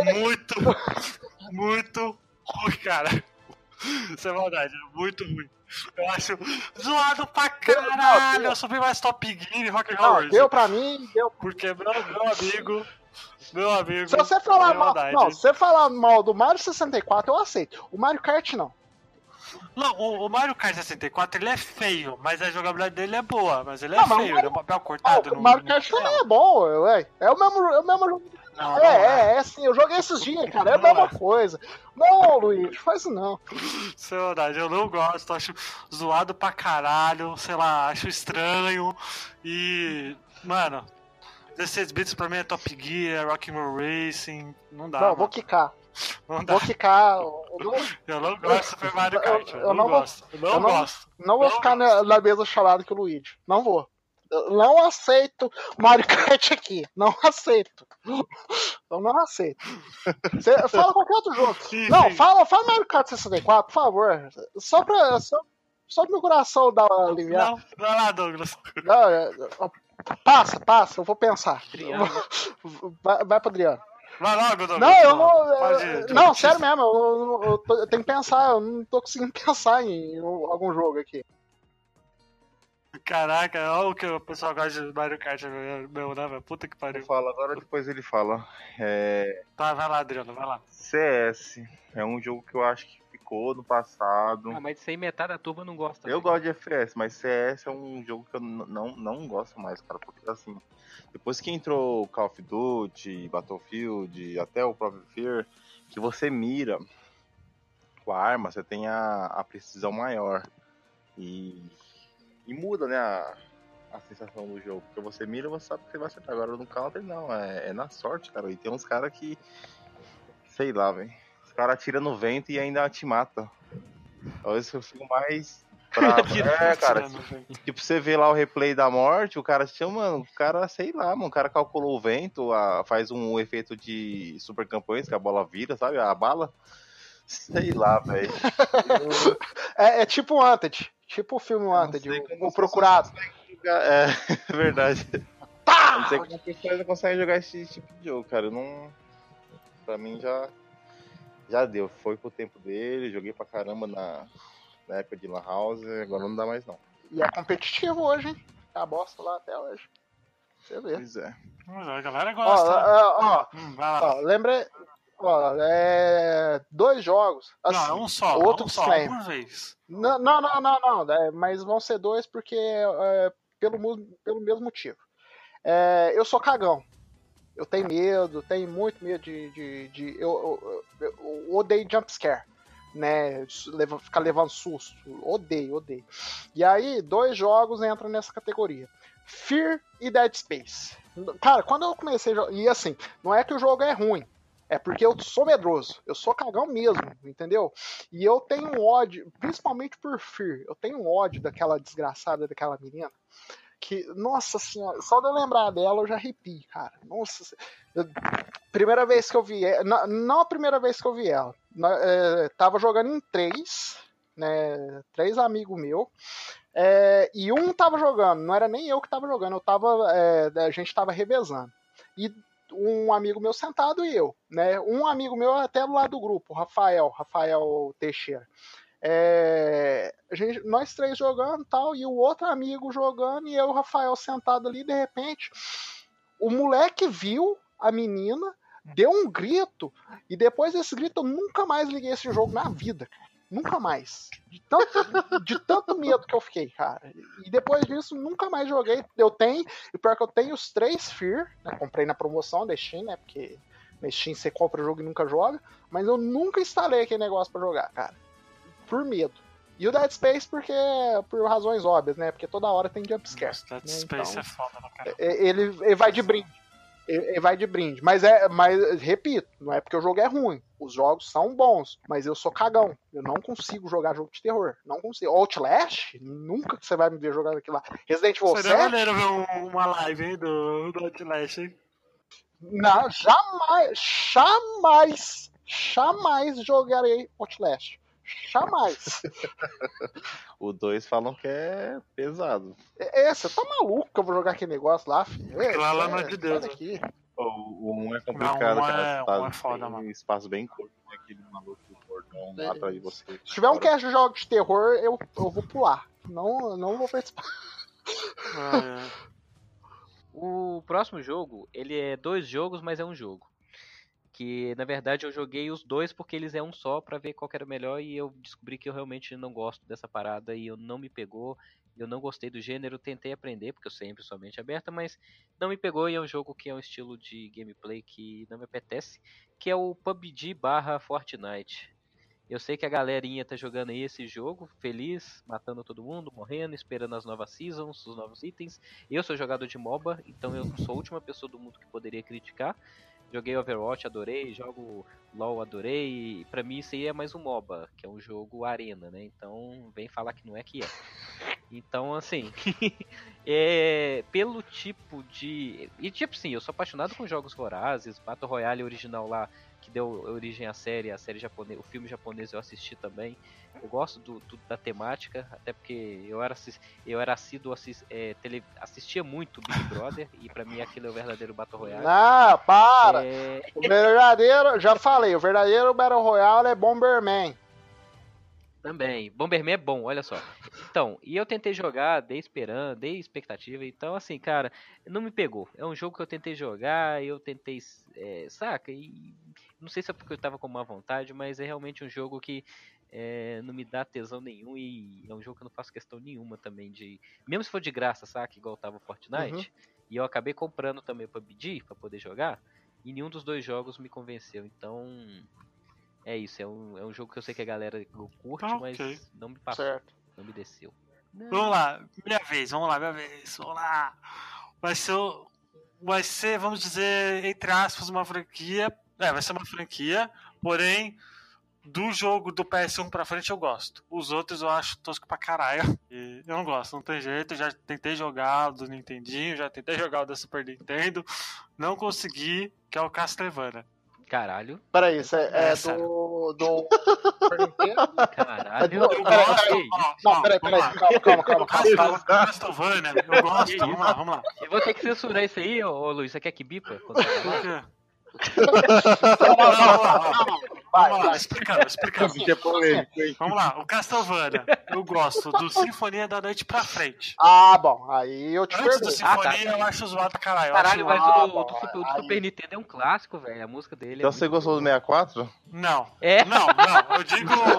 muito ruim, cara. Isso é verdade, é muito ruim. Eu acho zoado pra caralho. Eu subi mais Top Gear e Rock and Roll Racing. Deu pra mim, deu. Porque meu amigo. Se você falar mal, não, se você falar mal do Mario 64, eu aceito. O Mario Kart não. Não, o Mario Kart 64 ele é feio, mas a jogabilidade dele é boa. Mas ele é feio, ele é um papel cortado. O Mario Kart também é bom, ué. É o mesmo jogo. Não, é sim, eu joguei esses dias, cara, é a mesma coisa. Não, Luiz, faz isso não. Isso é verdade, eu não gosto, acho zoado pra caralho, sei lá, acho estranho. E, mano, 16 bits pra mim é Top Gear, Rock'n'Roll Racing, não dá. Não, vou quicar. Não dá. Vou quicar. Eu não gosto de Super Mario Kart, eu não gosto. Não vou ficar na mesma chalada que o Luigi, não vou. Eu não aceito Mario Kart aqui. Não aceito. Eu não aceito. Você fala qualquer outro jogo. Sim, não, sim. Fala Mario Kart 64, por favor. Só pro meu coração dar uma aliviada. Não, vai lá, Douglas. Não, passa, eu vou pensar. Vai pro Adriano. Vai logo, Douglas. Não, eu não. Não, sério mesmo, eu tenho que pensar, eu não tô conseguindo pensar em algum jogo aqui. Caraca, olha o que o pessoal gosta de Mario Kart, meu, né, velho? Puta que pariu. Eu falo agora, depois ele fala. Tá, vai lá, Adriano, vai lá. CS é um jogo que eu acho que ficou no passado. Ah, mas isso aí metade da turma não gosta. Eu gosto de FPS, mas CS é um jogo que eu não gosto mais, cara. Porque assim, depois que entrou Call of Duty, Battlefield, até o próprio Fear, que você mira com a arma, você tem a precisão maior. E muda, né, a sensação do jogo. Porque você mira, você sabe que você vai acertar. Agora no counter não, é na sorte, cara. E tem uns caras que, sei lá, velho. cara atira no vento e ainda te mata. Talvez eu fico mais bravo. Cara, tipo, você vê lá o replay da morte, o cara chama, o cara, sei lá, mano, o cara calculou o vento, faz um efeito de super campeões, que a bola vira, sabe, a bala. Sei lá, velho. É tipo o Wanted, tipo o filme Wanted, o Procurado. É verdade. Tá! Não sei como as pessoas não conseguem jogar esse tipo de jogo, cara. Eu não... Pra mim já deu. Foi pro tempo dele, joguei pra caramba na época de Lan House, agora não dá mais não. E é competitivo hoje, hein? É a bosta lá até hoje. Você vê. Pois é. A galera gosta. Vai lá. Lembrei. Dois jogos. Assim, não, é um só. Outro um só, disclaimer. por vez. Não. Mas vão ser dois porque pelo mesmo motivo. Eu sou cagão. Eu tenho medo, tenho muito medo eu odeio jumpscare, né? Ficar levando susto. Odeio. E aí, dois jogos entram nessa categoria. Fear e Dead Space. Cara, quando eu comecei a jogar... E assim, não é que o jogo é ruim. É porque eu sou medroso. Eu sou cagão mesmo, entendeu? E eu tenho um ódio, principalmente por Fear. Eu tenho um ódio daquela desgraçada, daquela menina. Que, nossa senhora, só de eu lembrar dela eu já arrepio, cara. Nossa, primeira vez que eu vi ela, não a primeira vez que eu vi ela, tava jogando em 3, né? 3 amigos meus, e um tava jogando, não era nem eu que tava jogando, a gente tava revezando. E um amigo meu sentado e eu, né? Um amigo meu até do lado do grupo, Rafael Teixeira. Nós três jogando tal, e o outro amigo jogando, e eu e o Rafael sentado ali, de repente o moleque viu a menina, deu um grito, e depois desse grito eu nunca mais liguei esse jogo na vida, cara. Nunca mais. De tanto medo que eu fiquei, cara. E depois disso, nunca mais joguei. Eu tenho, e pior que eu tenho os 3 Fear, né? Comprei na promoção da Steam, né? Porque na Steam você compra o jogo e nunca joga, mas eu nunca instalei aquele negócio pra jogar, cara. Por medo. E o Dead Space por razões óbvias, né? Porque toda hora tem jumpscare. Dead Space então, é foda, né, cara? Ele vai de brinde. Ele vai de brinde. Mas repito, não é porque o jogo é ruim. Os jogos são bons, mas eu sou cagão. Eu não consigo jogar jogo de terror. Não consigo. Outlast? Nunca que você vai me ver jogar aquilo lá. Resident Evil 7? Seria maneiro ver uma live, hein, do Outlast, hein? Não, jamais jogarei Outlast. Jamais. O 2 falam que é pesado. Você tá maluco que eu vou jogar aquele negócio lá, filho? Lá não é de Deus. Aqui. O 1 é complicado, cara. É foda, mano. Um espaço bem curto, né? Aquele maluco do cordão lá atrás de você. Se tiver um cast de jogos de terror, eu vou pular. Não vou participar. O próximo jogo, ele é 2 jogos, mas é um jogo. Que na verdade eu joguei os 2 porque eles é um só pra ver qual que era o melhor, e eu descobri que eu realmente não gosto dessa parada e eu não me pegou, eu não gostei do gênero, tentei aprender porque eu sempre sou mente aberta, mas não me pegou, e é um jogo que é um estilo de gameplay que não me apetece, que é o PUBG / Fortnite. Eu sei que a galerinha tá jogando aí esse jogo, feliz, matando todo mundo, morrendo, esperando as novas seasons, os novos itens. Eu sou jogador de MOBA, então eu sou a última pessoa do mundo que poderia criticar. Joguei Overwatch, adorei, jogo LoL, adorei, e pra mim isso aí é mais um MOBA, que é um jogo arena, né, então vem falar que não é que é. Então, assim, pelo tipo de... E tipo assim, eu sou apaixonado com jogos vorazes, Battle Royale original lá, que deu origem à série japonesa, o filme japonês eu assisti também. Eu gosto da temática, até porque eu era assíduo, assistia muito Big Brother, e pra mim aquilo é o verdadeiro Battle Royale. Não, para! O verdadeiro, já falei, o verdadeiro Battle Royale é Bomberman. Também, Bomberman é bom, olha só. Então, e eu tentei jogar, dei expectativa, então assim, cara, não me pegou. É um jogo que eu tentei jogar, eu tentei, saca? E não sei se é porque eu tava com má vontade, mas é realmente um jogo que não me dá tesão nenhum, e é um jogo que eu não faço questão nenhuma também de... Mesmo se for de graça, saca? Igual tava o Fortnite, e eu acabei comprando também o PUBG pra poder jogar, e nenhum dos dois jogos me convenceu, então... É isso, é um jogo que eu sei que a galera curte, mas não me passou, certo. Não me desceu. Não. Vamos lá, minha vez, vamos lá. Vai ser, vamos dizer, entre aspas, uma franquia. Vai ser uma franquia, porém, do jogo do PS1 pra frente eu gosto. Os outros eu acho tosco pra caralho. E eu não gosto, não tem jeito. Já tentei jogar o do Nintendinho, já tentei jogar o da Super Nintendo. Não consegui, que é o Castlevania. Caralho. Peraí, isso é sério. do Super Nintendo? Caralho. Eu gosto. Não, peraí, calma. Castlevania, eu gosto. Vamos lá. Eu vou ter que censurar isso aí, ô Luiz. Você quer que bipa? Quando você falar? Por quê? Vai. Vamos lá, explicando. Que é polêmico, hein? Vamos lá, o Castlevania, eu gosto do Sinfonia da Noite pra frente. Ah, bom, aí eu te Antes do pergunto. Sinfonia tá. eu acho zoado pra caralho. Caralho, mas bom, o do aí- Super Nintendo é um clássico, velho. A música dele Então é você muito gostou do boa. 64? Não. É? Não, eu digo os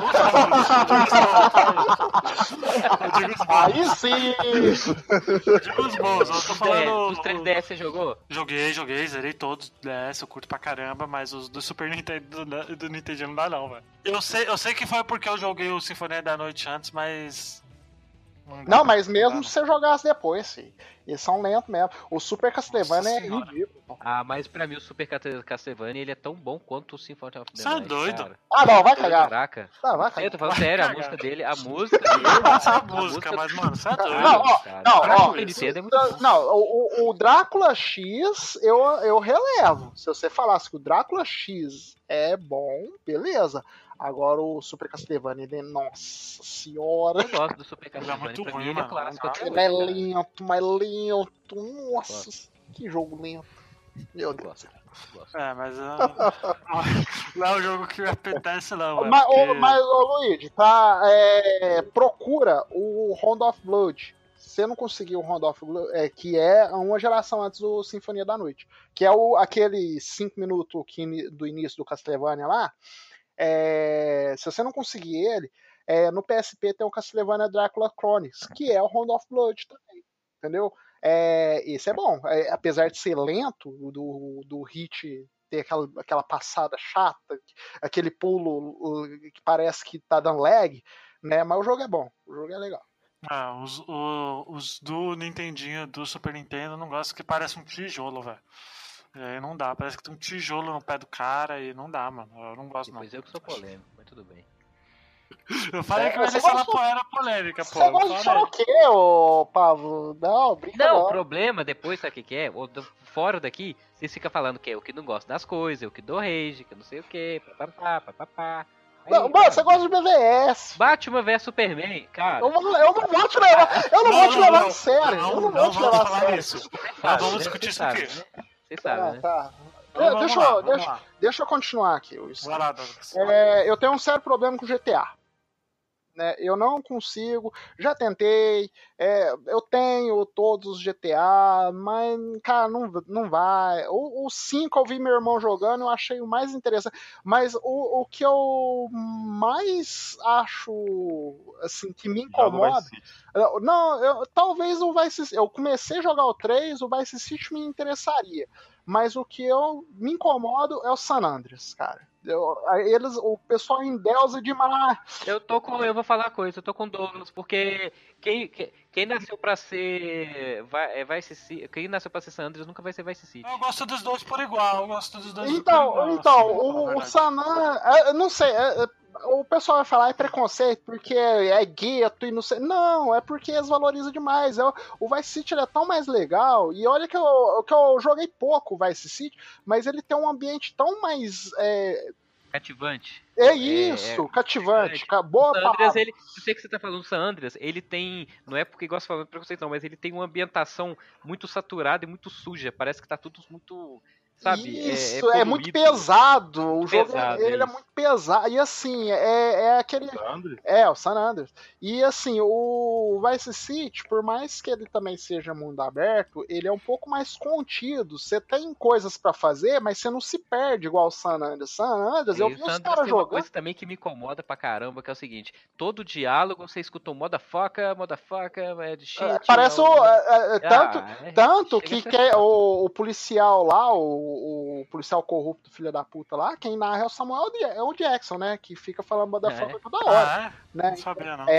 bons. Aí sim! Eu digo os bons, eu tô falando... Os 3DS você jogou? Joguei, zerei todos. Eu curto pra caramba, mas os do Super Nintendo e do Nintendo não dá não, velho. Eu sei que foi porque eu joguei o Sinfonia da Noite antes, mas... Não, mas mesmo se você jogasse depois, filho. Eles são lentos mesmo. O Super Castlevania é Senhora. ridículo. Ah, mas pra mim o Super Castlevania ele é tão bom quanto o Symphony of the Você é Night, doido? cara. Ah, não, vai cagar. Caraca. Não, vai Eu cagar. tô falando sério, a cagar. música dele, Essa é a música, mas, mano, você é doido. Não, ó, cara. não, Pra ó, Super Nintendo é muito bom. Não, o Drácula X eu relevo. Se você falasse que o Drácula X é bom, beleza. Agora o Super Castlevania, ele, nossa senhora. Eu gosto do Super Ele é Castlevania, muito pra ruim, mim ele é mano. clássico até Ele hoje, é cara. lento, mas lento. Nossa, Gosto. que jogo lento. Meu Eu Deus. gosto. É, mas não é o jogo que me apetece, não. Mas, porque... ô Luigi, tá? Procura o Round of Blood. Se você não conseguir o Round of Blood, que é uma geração antes do Sinfonia da Noite, que é aquele 5 minutos do início do Castlevania lá, se você não conseguir ele, no PSP tem o Castlevania Dracula Chronicles, que é o Round of Blood também, entendeu? Esse é bom, apesar de ser lento, do hit ter aquela passada chata, aquele pulo que parece que tá dando lag, né? Mas o jogo é bom, o jogo é legal. Os do Nintendinho, do Super Nintendo, eu não gosto que parece um tijolo, velho. E aí não dá, parece que tem um tijolo no pé do cara e não dá, mano. Eu não gosto, não. Depois eu que sou polêmico, mas tudo bem. Eu falei que vai você ser gosta- uma era polêmica, pô. Você Eu gosta de falei. falar o quê, ô Pablo? Não, brinca Não, não. o problema depois, sabe o que é? Fora daqui, vocês ficam falando que é o que não gosta das coisas, eu que dou rage, que eu não sei o que, papapá. Aí, Não, mano, cara, você gosta de BVS. Batman vs Superman, cara. Eu não vou te levar, eu não vou te levar a sério. Eu não vou te levar a falar sério. isso. Vocês Nós sabem, vamos né? discutir Vocês isso aqui. sabem, né? Vocês sabem, né? Tá. Então, vamos lá. Deixa eu continuar aqui. Luiz. Vai lá, Douglas. Eu tenho um sério problema com GTA. Né? Eu não consigo, já tentei, eu tenho todos os GTA, mas, cara, não vai. O 5 eu vi meu irmão jogando, eu achei o mais interessante, mas o que eu mais acho, assim, que me incomoda, talvez o Vice City, eu comecei a jogar o 3, o Vice City me interessaria, mas o que eu me incomodo é o San Andreas, cara. O pessoal endeusa demais. Eu vou falar uma coisa, eu tô com Douglas, porque quem nasceu pra ser Vice City, quem nasceu pra ser San Andreas nunca vai ser Vice City. Eu gosto dos dois por igual. O O San Andreas, eu não sei, o pessoal vai falar preconceito porque é gueto e não sei. Não, é porque eles valorizam demais. O Vice City ele é tão mais legal. E olha que eu joguei pouco o Vice City, mas ele tem um ambiente tão mais. Cativante. Cativante. Boa San Andreas, palavra. eu sei que você tá falando San Andreas, ele tem, não é porque gosta de falar de preconceito não, mas ele tem uma ambientação muito saturada e muito suja, parece que tá tudo muito, sabe? Isso, é muito poluído. pesado. O jogo Pesado, ele é isso. muito pesado. E assim, é aquele. O San Andreas. E assim, o Vice City, por mais que ele também seja mundo aberto, ele é um pouco mais contido. Você tem coisas pra fazer, mas você não se perde igual o San Andreas. San Andreas, eu vi os caras tem uma jogando. coisa também que me incomoda pra caramba, que é o seguinte, todo diálogo você escuta um motherfucker, é de shit. Parece tanto chega que a ser chato. o policial lá, o policial corrupto, filho da puta lá, quem narra é o Samuel o Jackson, né? Que fica falando motherfucker toda hora. Né? Não sabia, não.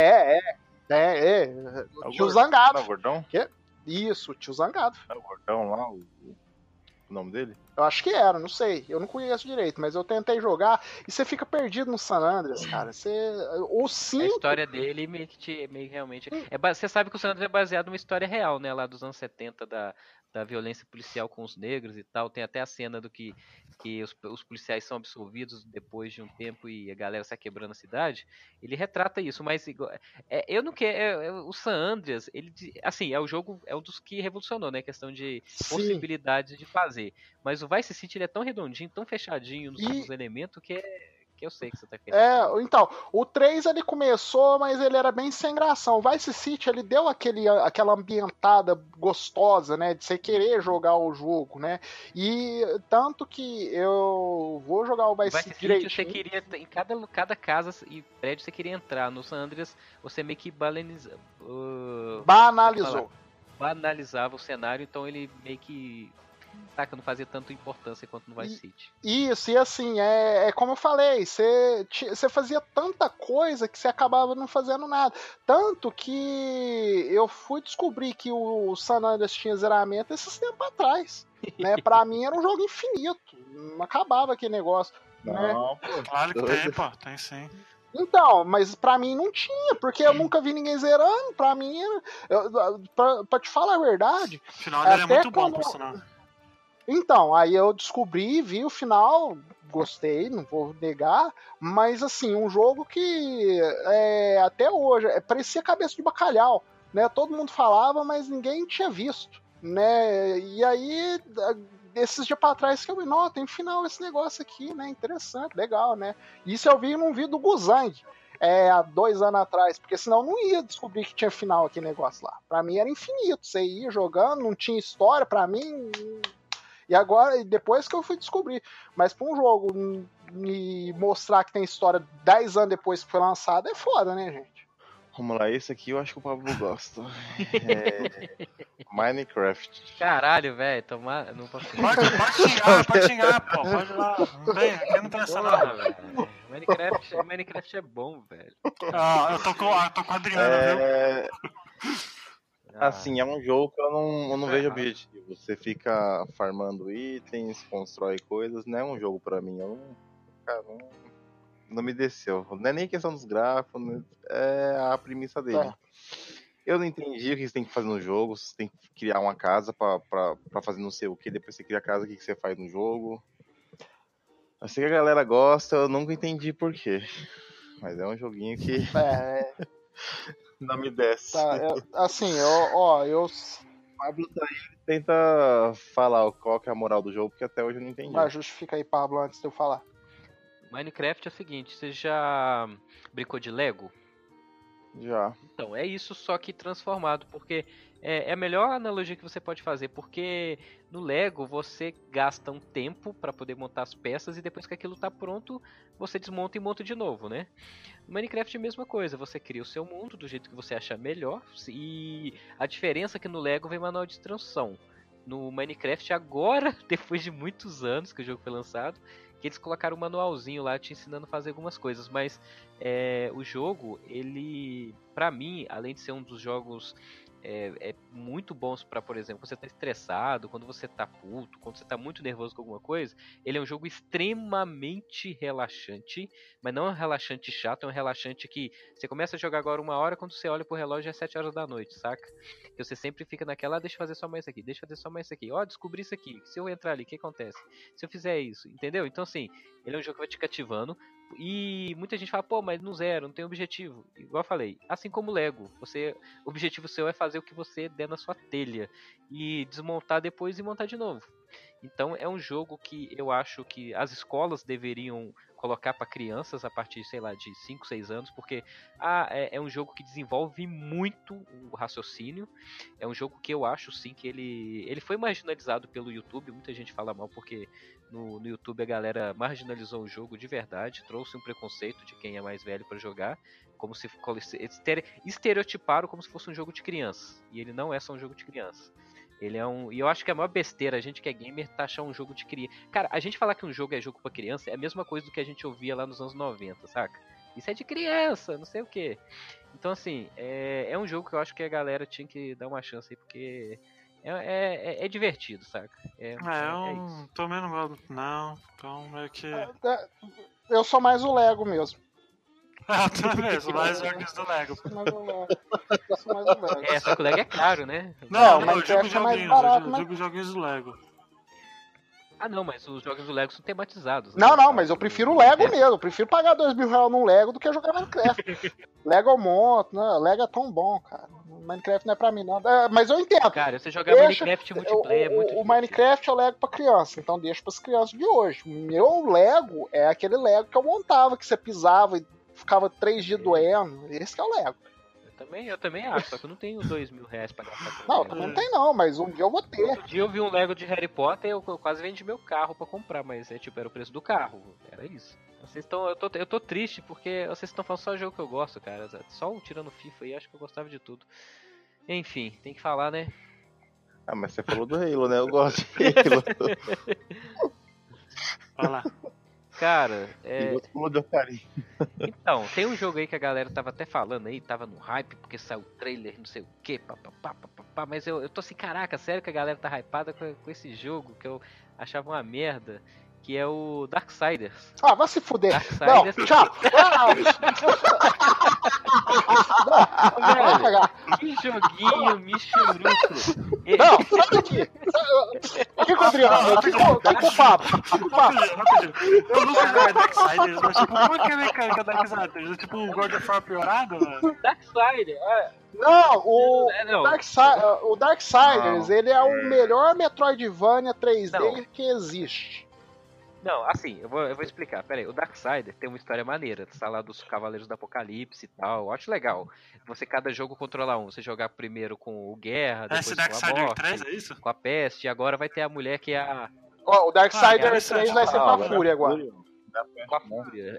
O tio Zangado. Não, o Gordão? Isso, o tio Zangado. É o Gordão lá, o nome dele? Eu acho que era, não sei. Eu não conheço direito, mas eu tentei jogar e você fica perdido no San Andreas, cara. O A 5. história dele meio realmente. Você sabe que o San Andreas é baseado numa história real, né? Lá dos anos 70 da violência policial com os negros e tal. Tem até a cena do que os policiais são absolvidos depois de um tempo e a galera sai quebrando a cidade. Ele retrata isso, mas eu não quero. O San Andreas, assim, é o jogo, é um dos que revolucionou, né? A questão de Sim. possibilidades de fazer. Mas o Vice City ele é tão redondinho, tão fechadinho nos E- elementos que eu sei que você tá querendo. Então, o 3 ele começou, mas ele era bem sem graça. O Vice City ele deu aquela ambientada gostosa, né, de você querer jogar o jogo, né? E tanto que eu vou jogar o Vice City Você direitinho. queria, em cada casa e prédio você queria entrar. No San Andreas você meio que banalizava o cenário, então ele meio que não fazia tanta importância quanto no Vice City. Isso, e assim, é como eu falei, você fazia tanta coisa que você acabava não fazendo nada. Tanto que eu fui descobrir que o San Andreas tinha zeramento esses tempos atrás. Né? Pra mim era um jogo infinito, não acabava aquele negócio. Né? Não, pô. Claro que tem, pô, tem sim. Então, mas pra mim não tinha, porque eu nunca vi ninguém zerando. Pra mim, pra te falar a verdade. O final dele é até muito bom, quando- por sinal. Então, aí eu descobri, vi o final, gostei, não vou negar, mas assim, um jogo que até hoje parecia cabeça de bacalhau, né? Todo mundo falava, mas ninguém tinha visto, né? E aí, esses dias pra trás que eu vi, não, tem final esse negócio aqui, né? Interessante, legal, né? Isso eu vi num vídeo do Guzang, há 2 anos atrás, porque senão eu não ia descobrir que tinha final aquele negócio lá. Pra mim era infinito, você ia jogando, não tinha história, pra mim. E agora, depois que eu fui descobrir. Mas pra um jogo me mostrar que tem história 10 anos depois que foi lançado, é foda, né, gente? Vamos lá, esse aqui eu acho que o Pablo gosta. Minecraft. Caralho, velho, não posso. Pode xingar, pô. Pode ir lá. Não tem, aqui não tem essa Porra, não. velho. Minecraft é bom, velho. Eu tô com a Adriana, viu? Assim, é um jogo que eu não vejo objetivo. Você fica farmando itens, constrói coisas, não é um jogo pra mim. Cara, não me desceu. Não é nem questão dos gráficos, né? É a premissa dele. É. Eu não entendi o que você tem que fazer no jogo. Você tem que criar uma casa pra fazer não sei o que. Depois você cria a casa, o que você faz no jogo. Eu sei que a galera gosta, eu nunca entendi por quê. Mas é um joguinho que não me desce. Tá, assim, eu Pablo tá aí, ele tenta falar qual que é a moral do jogo, porque até hoje eu não entendi. mas justifica aí, Pablo, antes de eu falar. Minecraft é o seguinte, você já brincou de Lego? Já. Então, é isso só que transformado, porque é a melhor analogia que você pode fazer, porque no Lego você gasta um tempo para poder montar as peças e depois que aquilo tá pronto, você desmonta e monta de novo, né? No Minecraft é a mesma coisa, você cria o seu mundo do jeito que você achar melhor, e a diferença é que no Lego vem manual de instrução. No Minecraft agora, depois de muitos anos que o jogo foi lançado, que eles colocaram um manualzinho lá te ensinando a fazer algumas coisas, mas o jogo, ele, pra mim, além de ser um dos jogos muito bons pra, por exemplo, quando você tá estressado, quando você tá puto, quando você tá muito nervoso com alguma coisa, ele é um jogo extremamente relaxante, mas não é um relaxante chato, é um relaxante que você começa a jogar agora 1 hora, quando você olha pro relógio é 7 horas da noite, saca? Que você sempre fica naquela, deixa eu fazer só mais isso aqui, deixa eu fazer só mais isso aqui, descobri isso aqui, se eu entrar ali, o que acontece? Se eu fizer isso, entendeu? Então assim, ele é um jogo que vai te cativando, e muita gente fala, pô, mas no zero, não tem objetivo. Igual eu falei, assim como o Lego, o objetivo seu é fazer o que você der na sua telha e desmontar depois e montar de novo. Então é um jogo que eu acho que as escolas deveriam colocar para crianças a partir, sei lá, de 5, 6 anos, porque é um jogo que desenvolve muito o raciocínio. É um jogo que eu acho sim que ele foi marginalizado pelo YouTube, muita gente fala mal porque no YouTube a galera marginalizou o jogo de verdade, trouxe um preconceito de quem é mais velho para jogar, como se estereotiparam como se fosse um jogo de criança, e ele não é só um jogo de criança. Ele é e eu acho que é a maior besteira, a gente que é gamer, taxar um jogo de criança. Cara, a gente falar que um jogo é jogo pra criança é a mesma coisa do que a gente ouvia lá nos anos 90, saca? Isso é de criança, não sei o que. Então, assim, é um jogo que eu acho que a galera tinha que dar uma chance aí, porque É divertido, saca? É eu isso. também não gosto, não. Então meio que. Eu sou mais o Lego mesmo. Eu também, sou mais joguinhos do Lego. Eu sou mais o Lego. Só que o Lego é caro, né? Não, eu Minecraft digo é mais joguinhos, barato, eu mas... digo joguinhos do Lego. Ah, não, mas os jogos do Lego são tematizados. Não, mas eu prefiro o Lego mesmo. Eu prefiro pagar R$2.000 num Lego do que jogar Minecraft. Lego eu monto, né? Lego é tão bom, cara. Minecraft não é pra mim, não. Mas eu entendo. Cara, você jogar Minecraft multiplayer é muito O difícil. Minecraft é o Lego pra criança, então deixa pras crianças de hoje. O meu Lego é aquele Lego que eu montava, que você pisava e ficava 3 dias doendo. Esse que é o Lego. Eu também acho, só que eu não tenho R$2.000 pra gastar com Não, Lego. não tem não, mas um dia eu vou ter. Outro dia eu vi um Lego de Harry Potter e eu quase vendi meu carro pra comprar, mas era o preço do carro, era isso. Eu tô triste porque vocês estão falando só jogo que eu gosto, cara. Só tirando FIFA aí, acho que eu gostava de tudo. Enfim, tem que falar, né? Ah, mas você falou do Halo, né? Eu gosto de Halo. Vai lá. E Cara, você falou do Ocarina. então, tem um jogo aí que a galera tava até falando aí, tava no hype porque saiu o trailer, não sei o que, papapá, mas eu tô assim, caraca, sério que a galera tá hypada com esse jogo que eu achava uma merda, que é o Darksiders. Ah, vai se fuder. Darksiders. Não, tchau. Que joguinho michuruco. Não, sai daqui. Aqui com o Adriano, aqui com o Fábio. Rapidinho. Eu nunca joguei Darksiders, mas tipo, como é que é a mecânica da Darksiders? É tipo um God of War piorado, mano? Darksiders, Não, não. O Darksiders, Não. ele é o melhor Metroidvania 3D Não. que existe. Não, assim, eu vou explicar. Pera aí, o Darksiders tem uma história maneira. Tá lá dos Cavaleiros do Apocalipse e tal. Eu acho legal. Você, cada jogo, controla um. Você jogar primeiro com o Guerra, depois Esse com a Darksiders Morte, 3, é isso? com a Peste. E agora vai ter a mulher que é a... Ó, o Darksiders interessante. 3 vai ser com a Fúria agora. Com a Fúria.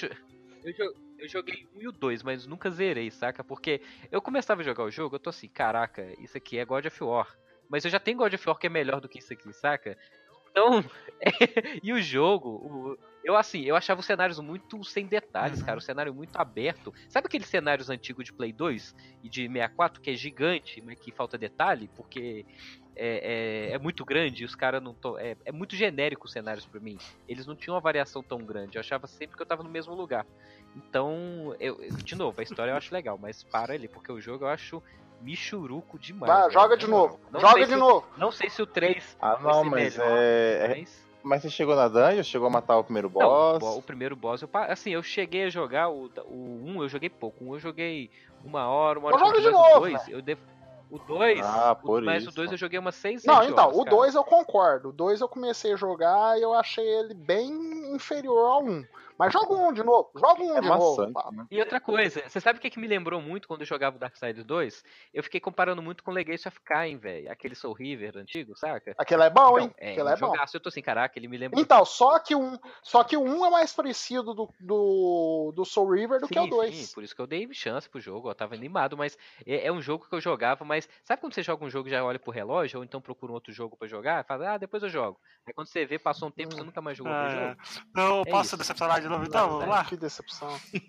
Eu joguei o 1 e o 2, mas nunca zerei, saca? Porque eu começava a jogar o jogo, eu tô assim, caraca, isso aqui é God of War. Mas eu já tenho God of War que é melhor do que isso aqui, saca? Então, e o jogo, eu achava os cenários muito sem detalhes, cara, o cenário muito aberto. Sabe aqueles cenários antigos de Play 2 e de 64, que é gigante, mas que falta detalhe, porque é muito grande e os caras não estão... É muito genérico os cenários pra mim. Eles não tinham uma variação tão grande, eu achava sempre que eu tava no mesmo lugar. Então, de novo, a história eu acho legal, mas para ali, porque o jogo eu acho... michuruco demais. Vai, velho. joga de novo. Não Joga sei de se novo. Não sei se o 3 Ah, vai não, ser mas melhor, Mas você chegou na dungeon? Chegou a matar o primeiro Não, boss? o primeiro boss, eu cheguei a jogar o 1, eu joguei pouco. O 1 eu joguei uma hora Então joga de mas novo, o 2, o 2, mas isso. o 2 eu joguei umas 6, 7 Não, horas, então, o cara. 2 eu concordo. O 2 eu comecei a jogar e eu achei ele bem inferior ao 1. Mas joga um de novo. Joga um É de novo. maçante, né? E outra coisa, você sabe o que me lembrou muito quando eu jogava o Darksiders 2? Eu fiquei comparando muito com Legacy of Kain, velho. Aquele Soul River antigo, saca? Aquele é bom, hein? Então, Aquele é bom. jogaço, eu tô assim, caraca, ele me lembra... Então, só que o 1 é mais parecido do Soul River do que o 2. Sim, por isso que eu dei chance pro jogo, eu tava animado, mas é um jogo que eu jogava, mas sabe quando você joga um jogo e já olha pro relógio, ou então procura um outro jogo pra jogar, fala, depois eu jogo. Aí quando você vê, passou um tempo, você nunca mais jogou o jogo. Então, É posso isso. decepcionar de novo então? Vamos lá? Que decepção.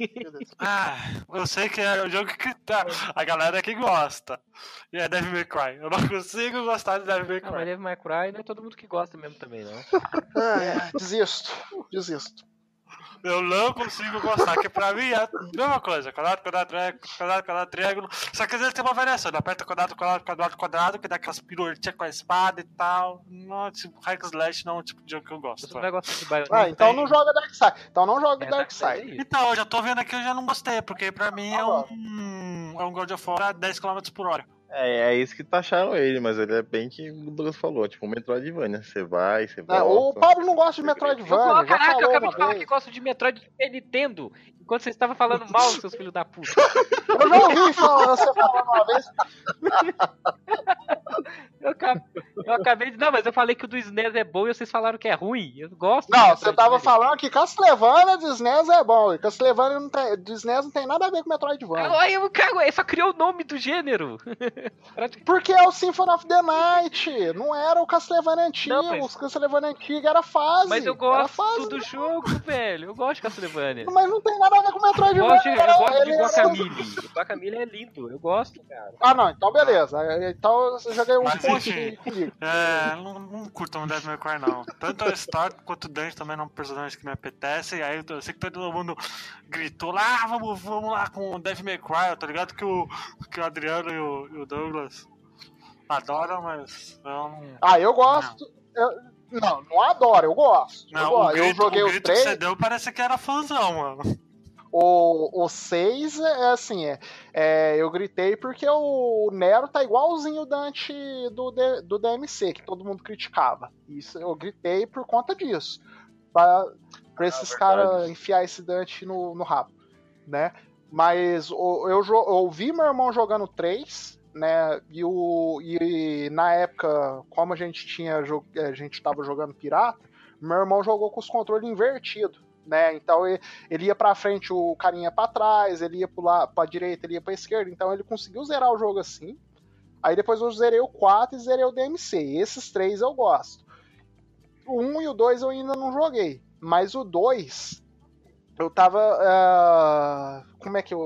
Eu sei que é o jogo que tá. A galera que gosta. E é Devil May Cry. Eu não consigo gostar de Devil May Não, mas Cry. Devil May Cry não é todo mundo que gosta mesmo também, não. Desisto. Eu não consigo gostar, que pra mim é a mesma coisa. Quadrado, triângulo. Só que às vezes tem uma variação. Ele aperta quadrado, que dá aquelas piruetinhas com a espada e tal. Não, tipo, hack slash não é um tipo de jogo que eu gosto. Você não vai gostar de Bayonetta. Então não joga Darkseid. Então não joga Darkseid. é isso. Então, eu já tô vendo aqui, eu já não gostei, porque pra mim é um God of War a 10 km por hora. É isso que taxaram ele, mas ele é bem que o Douglas falou, tipo um Metroidvania. Você vai, você volta. O Pablo não gosta de Metroidvania. Já Caraca, eu falou acabei uma de falar vez. que gosto de Metroid de Super Nintendo, enquanto você estava falando mal, seus filhos da puta. Eu já ouvi você falando uma vez. Eu acabei de. Não, mas eu falei que o do SNES é bom e vocês falaram que é ruim. Eu gosto. Não, de você tava Metroidvania. falando que Castlevania do SNES é bom. E Castlevania do SNES não tem nada a ver com Metroidvania. Ah, eu cago, ele só criou o nome do gênero. Porque é o Symphony of the Night. Não era o Castlevania antigo. Não, mas- O Castlevania antigo era fase. Mas eu Era gosto fase, do jogo, velho. Eu gosto de Castlevania. Mas não tem nada a ver com Eu Metroidvania. gosto de Ele era- Guacamelee. O Guacamelee é lindo. Eu gosto, cara. Ah, não. Então beleza. Então você já ganhou um Mas, ponto enfim. aqui comigo. Não curto o Devil May Cry, não. Tanto a Star quanto o Dante também não são personagens que me apetecem. Aí eu sei que todo mundo gritou lá, vamos lá com o Devil May Cry, tá ligado? Que o Adriano e o Douglas adoram, mas eu não. Ah, eu gosto. Não adoro, eu gosto. Não, eu gosto. o grito, Eu joguei o o grito que 3. você deu parece que era fãzão, mano. O 6 é assim, eu gritei porque o Nero tá igualzinho o Dante do DMC, que todo mundo criticava. Isso eu gritei por conta disso. Pra esses caras enfiar esse Dante no rabo, né? Mas eu ouvi meu irmão jogando 3, né? E na época, como a gente tava jogando pirata, meu irmão jogou com os controles invertidos. Né? Então ele ia pra frente, o carinha pra trás, ele ia pra direita, ele ia pra esquerda, então ele conseguiu zerar o jogo assim. Aí depois eu zerei o 4 e zerei o DMC. Esses 3 eu gosto. O 1 e o 2 eu ainda não joguei, mas o 2 eu tava. Como é que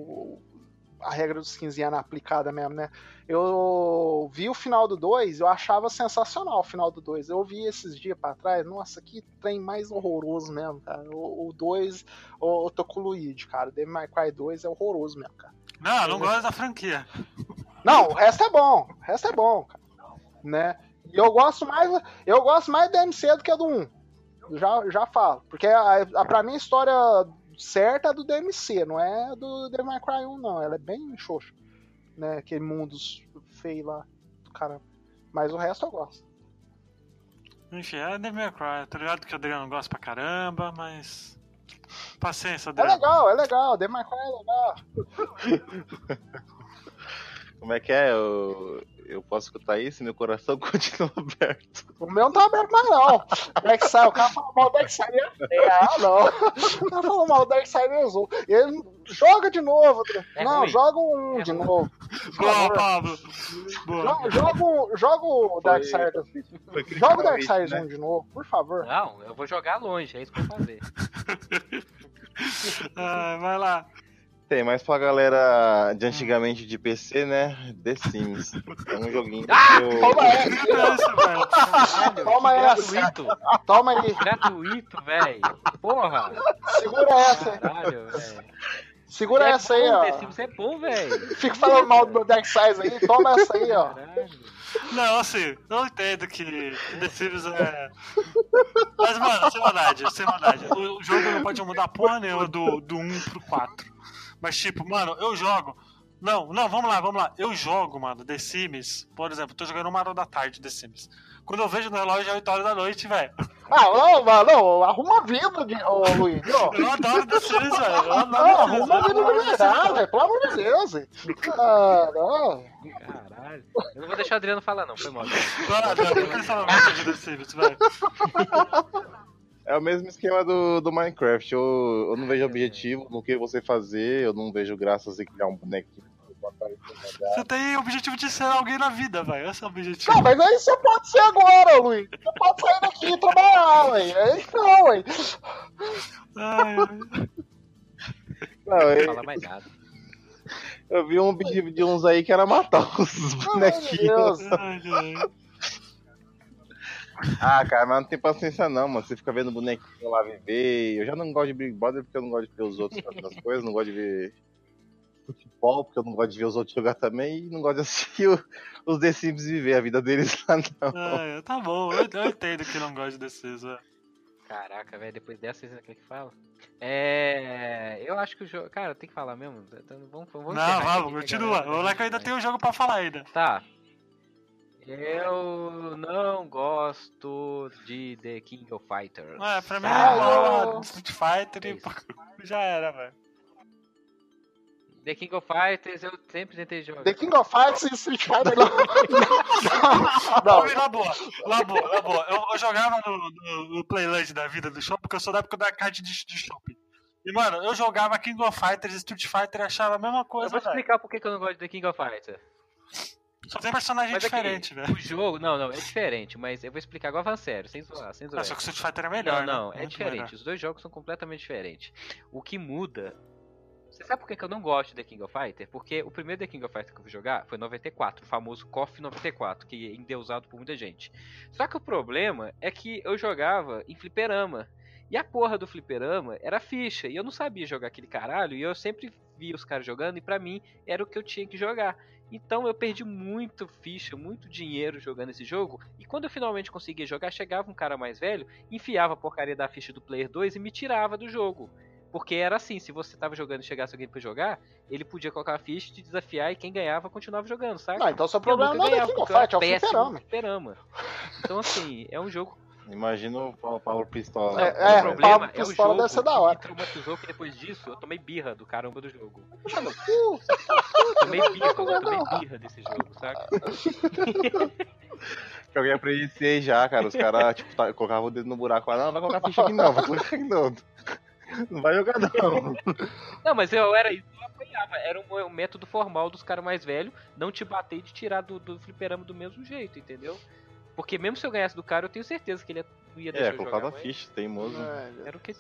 a regra dos 15 anos é aplicada mesmo, né? Eu vi o final do 2, eu achava sensacional o final do 2. Eu vi esses dias pra trás, nossa, que trem mais horroroso mesmo, cara. O 2, eu tô com o Luigi, cara. O Devil May Cry 2 é horroroso mesmo, cara. Não, eu não gosto da franquia. Não, o resto é bom, cara. Né? E eu gosto mais do DMC do que do 1. Já falo. Porque pra mim a história certa é do DMC, não é do Devil May Cry 1, não. Ela é bem xoxa. Né? Aquele mundo feio lá. Caramba. Mas o resto eu gosto. Enfim, é Devil May Cry. Tá ligado que o Adriano gosta pra caramba, mas. Paciência, É Adriano. legal. Devil May Cry é legal. Como é que é? Eu posso escutar isso e meu coração continua aberto. O meu não tá aberto mais, não. Darkseid, o cara falou mal do Darkseid. Não. O cara falou mal do Darkseid mesmo. Ele joga de novo. É não, ruim. joga um É de ruim. novo. Boa, Pablo. Boa. Joga o Darkseid. Joga o Darkseid 1 de novo, por favor. Não, eu vou jogar longe, é isso que eu vou fazer. Vai lá. Tem mais pra galera de antigamente de PC, né? The Sims. É um joguinho que eu... Toma essa, Isso, velho. Caralho, Toma que essa. gratuito. toma aí. Gratuito, velho. Porra. Segura essa aí. Caralho, velho. Segura É essa aí, bom, ó. The Sims é bom, velho. Fica falando mal do meu Darkseid aí. Toma essa aí, ó. Caralho. Não, assim, eu entendo que The Sims é. Mas, mano, sem maldade. O jogo não pode mudar porra nenhuma do 1 pro 4. Mas, tipo, mano, eu jogo. Não, vamos lá. Eu jogo, mano, The Sims. Por exemplo, tô jogando 1 hora da tarde The Sims. Quando eu vejo no relógio é 8 horas da noite, velho. Não, mano, arruma a vida, Luiz. Eu adoro The Sims, velho. Eu adoro Não, The Sims. arruma a vida do verdade, velho. Pelo amor de Deus, velho. Caralho. Caralho. Eu não vou deixar o Adriano falar, não. Foi mal. Vai lá, Adriano, eu quero falar mais de The Sims, velho. É o mesmo esquema do Minecraft. Eu não vejo objetivo no que você fazer, eu não vejo graça em criar um bonequinho. Você tem o objetivo de ser alguém na vida, velho. Esse é o objetivo. Não, mas aí você pode ser agora, Luiz. Você pode sair daqui e trabalhar, velho. Aí não, velho. Ai, Não, Não fala mais nada. eu vi um objetivo de uns aí que era matar os Pelo amor de bonequinhos. Deus. ai. Ah, cara, mas não tem paciência não, mano. Você fica vendo bonequinho lá viver. Eu já não gosto de Big Brother porque eu não gosto de ver os outros fazendo as coisas, não gosto de ver futebol porque eu não gosto de ver os outros jogar também e não gosto de assistir os The Sims viver a vida deles lá, não. Ai, tá bom, eu entendo que não gosta de The Sims, velho. Caraca, velho, depois dessa vocês querem que fala? Eu acho que o jogo. Cara, tem que falar mesmo? Então, vamos Não, encerrar aqui, vamos, que a continua. galera tá O moleque ainda demais. tem um jogo pra falar ainda. Tá. Eu não gosto de The King of Fighters. Pra mim Ah, é eu- Street Fighter e já era, velho. The King of Fighters eu sempre tentei jogar. The King of Fighters e Street Fighter não. Na boa. Eu jogava no Playland da vida do shopping, porque eu sou da época da card de shopping. E, mano, eu jogava King of Fighters e Street Fighter e achava a mesma Eu coisa, vou velho. explicar por que eu não gosto de The King of Fighters. Só tem personagem Mas diferente, aqui, velho. o jogo, não, é diferente, mas eu vou explicar agora falando sério, sem zoar. Só que o Street Fighter é melhor, Não, né? é Muito diferente. melhor. Os dois jogos são completamente diferentes. O que muda. Você sabe por que eu não gosto de The King of Fighter? Porque o primeiro The King of Fighter que eu fui jogar foi em 94, o famoso KOF 94, que é endeusado por muita gente. Só que o problema é que eu jogava em fliperama. E a porra do fliperama era ficha. E eu não sabia jogar aquele caralho. E eu sempre via os caras jogando. E pra mim era o que eu tinha que jogar. Então eu perdi muito ficha, muito dinheiro jogando esse jogo. E quando eu finalmente conseguia jogar, chegava um cara mais velho, enfiava a porcaria da ficha do Player 2 e me tirava do jogo. Porque era assim, se você tava jogando e chegasse alguém pra jogar, ele podia colocar a ficha, te desafiar e quem ganhava continuava jogando, sabe? Não, então seu Eu problema nunca não é The ganhava, King of porque eu era Fighters, é o péssimo no fliperama. fliperama. Então assim, é um jogo. Imagina o Paulo Pistola. É, O problema Pablo é o Pistola jogo deve ser da que hora. me traumatizou, que depois disso eu tomei birra do caramba do jogo. Mano, Tomei birra desse jogo, saca? Que alguém aprendesse já, cara. Os caras, tipo, colocavam o dedo no buraco lá. Não, vai colocar ficha aqui não, vai colocar aqui não. Não vai jogar não. Não, mas eu era isso, eu apanhava. Era um método formal dos caras mais velhos não te bater e te tirar do fliperama do mesmo jeito, entendeu? Porque mesmo se eu ganhasse do cara, eu tenho certeza que ele não ia deixar eu Colocar jogar. na ficha, teimoso. Era o que...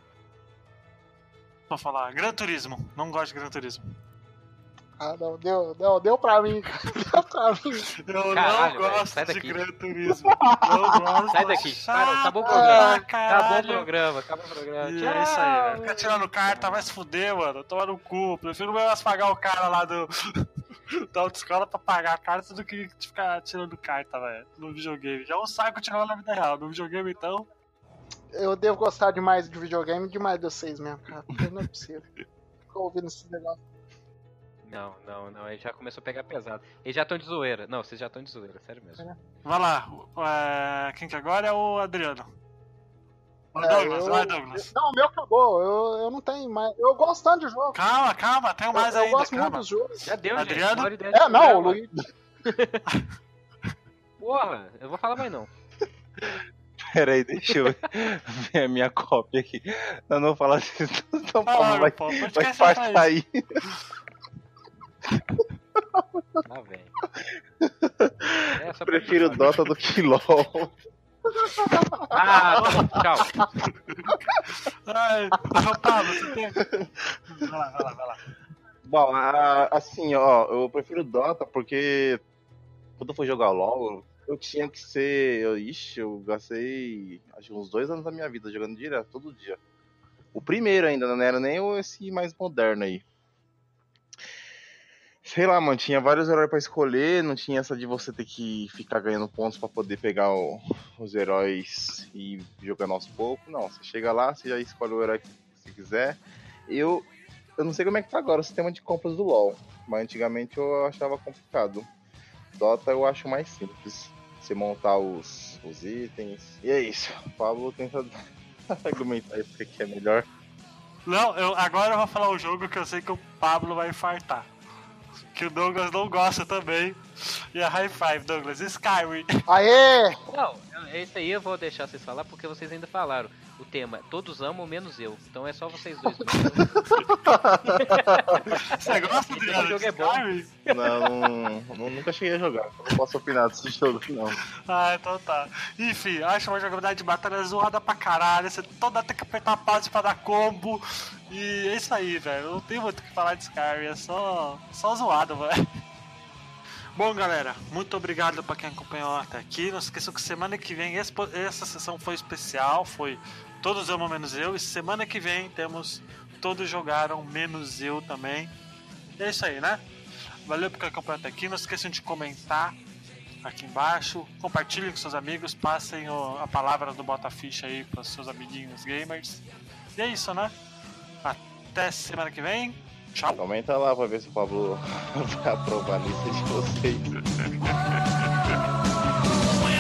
Vou falar, Gran Turismo. Não gosto de Gran Turismo. Ah, não, deu pra mim, cara. Deu pra mim. Eu Caralho, não velho, gosto sai de daqui. Gran Turismo. Não gosto. Sai daqui, Chato acabou o pra programa. Acabou o caralho. programa, acabou o programa. E é isso aí, velho. Fica tirando carta, vai se fuder, mano. Toma no cu. Prefiro mesmo pagar o cara lá da autoescola pra pagar a carta do que ficar tirando carta, velho. No videogame. Já é um saco tirar na vida real. No videogame, então. Eu devo gostar demais de videogame demais de vocês mesmo, cara. Porque não é possível. Ficou ouvindo esse negócio. Não, ele já começou a pegar pesado. Eles já estão de zoeira. Não, vocês já estão de zoeira, sério mesmo. Vai lá. Quem que agora é o Adriano. Vai, Douglas, vai, Douglas. Não, o meu acabou. Eu não tenho mais. Eu gosto tanto de jogo. Calma, tem mais eu ainda, gosto muito calma. dos jogos. Já deu, Adriano? gente. Uma hora e 10 de É, não, o programa. Luiz. Porra, eu vou falar mais não. Pera aí, deixa eu ver a minha cópia aqui. Eu não vou falar assim, então Vai Paulo logo, vai, pô. vai Podcast é pra fartar isso. aí. Ah, velho. É, só pra Prefiro mim, Dota do que LOL. Ah, tá bom, tchau. Ai, Pablo, você tem. Vai lá. Bom, assim, ó, eu prefiro Dota porque quando eu fui jogar LOL, eu tinha que ser. Eu gastei acho que uns 2 anos da minha vida jogando direto, todo dia. O primeiro ainda, não era nem esse mais moderno aí. Sei lá, mano, tinha vários heróis pra escolher, não tinha essa de você ter que ficar ganhando pontos pra poder pegar os heróis e ir jogando aos poucos. Não, você chega lá, você já escolhe o herói que você quiser. Eu não sei como é que tá agora o sistema de compras do LoL, mas antigamente eu achava complicado. Dota eu acho mais simples, você montar os itens. E é isso, o Pablo tenta argumentar aí porque que é melhor. Não, agora eu vou falar o jogo que eu sei que o Pablo vai infartar. Que o Douglas não gosta também. E a High Five, Douglas. Skyrim. Aê! Não, esse aí eu vou deixar vocês falar porque vocês ainda falaram. O tema, todos amam menos eu. Então é só vocês dois. Você gosta, Adriano, Esse jogo de é bom. Skyrim? Não, nunca cheguei a jogar, eu não posso opinar desse jogo não. Ah, então tá. Enfim, acho uma jogabilidade de batalha zoada pra caralho. Você toda tem que apertar pause pra dar combo. E é isso aí, velho. Não tem muito o que falar de Skyrim. É só zoado, velho. Bom, galera, muito obrigado pra quem acompanhou até aqui. Não esqueçam que semana que vem essa sessão foi especial. Foi Todos Amam Menos Eu. E semana que vem temos Todos Jogaram Menos Eu também. E é isso aí, né? Valeu por quem acompanhou até aqui. Não esqueçam de comentar aqui embaixo. Compartilhem com seus amigos. Passem a palavra do Bota Ficha aí para seus amiguinhos gamers. E é isso, né? Até semana que vem. Tchau. Comenta lá pra ver se o Pablo vai aprovar a lista de vocês.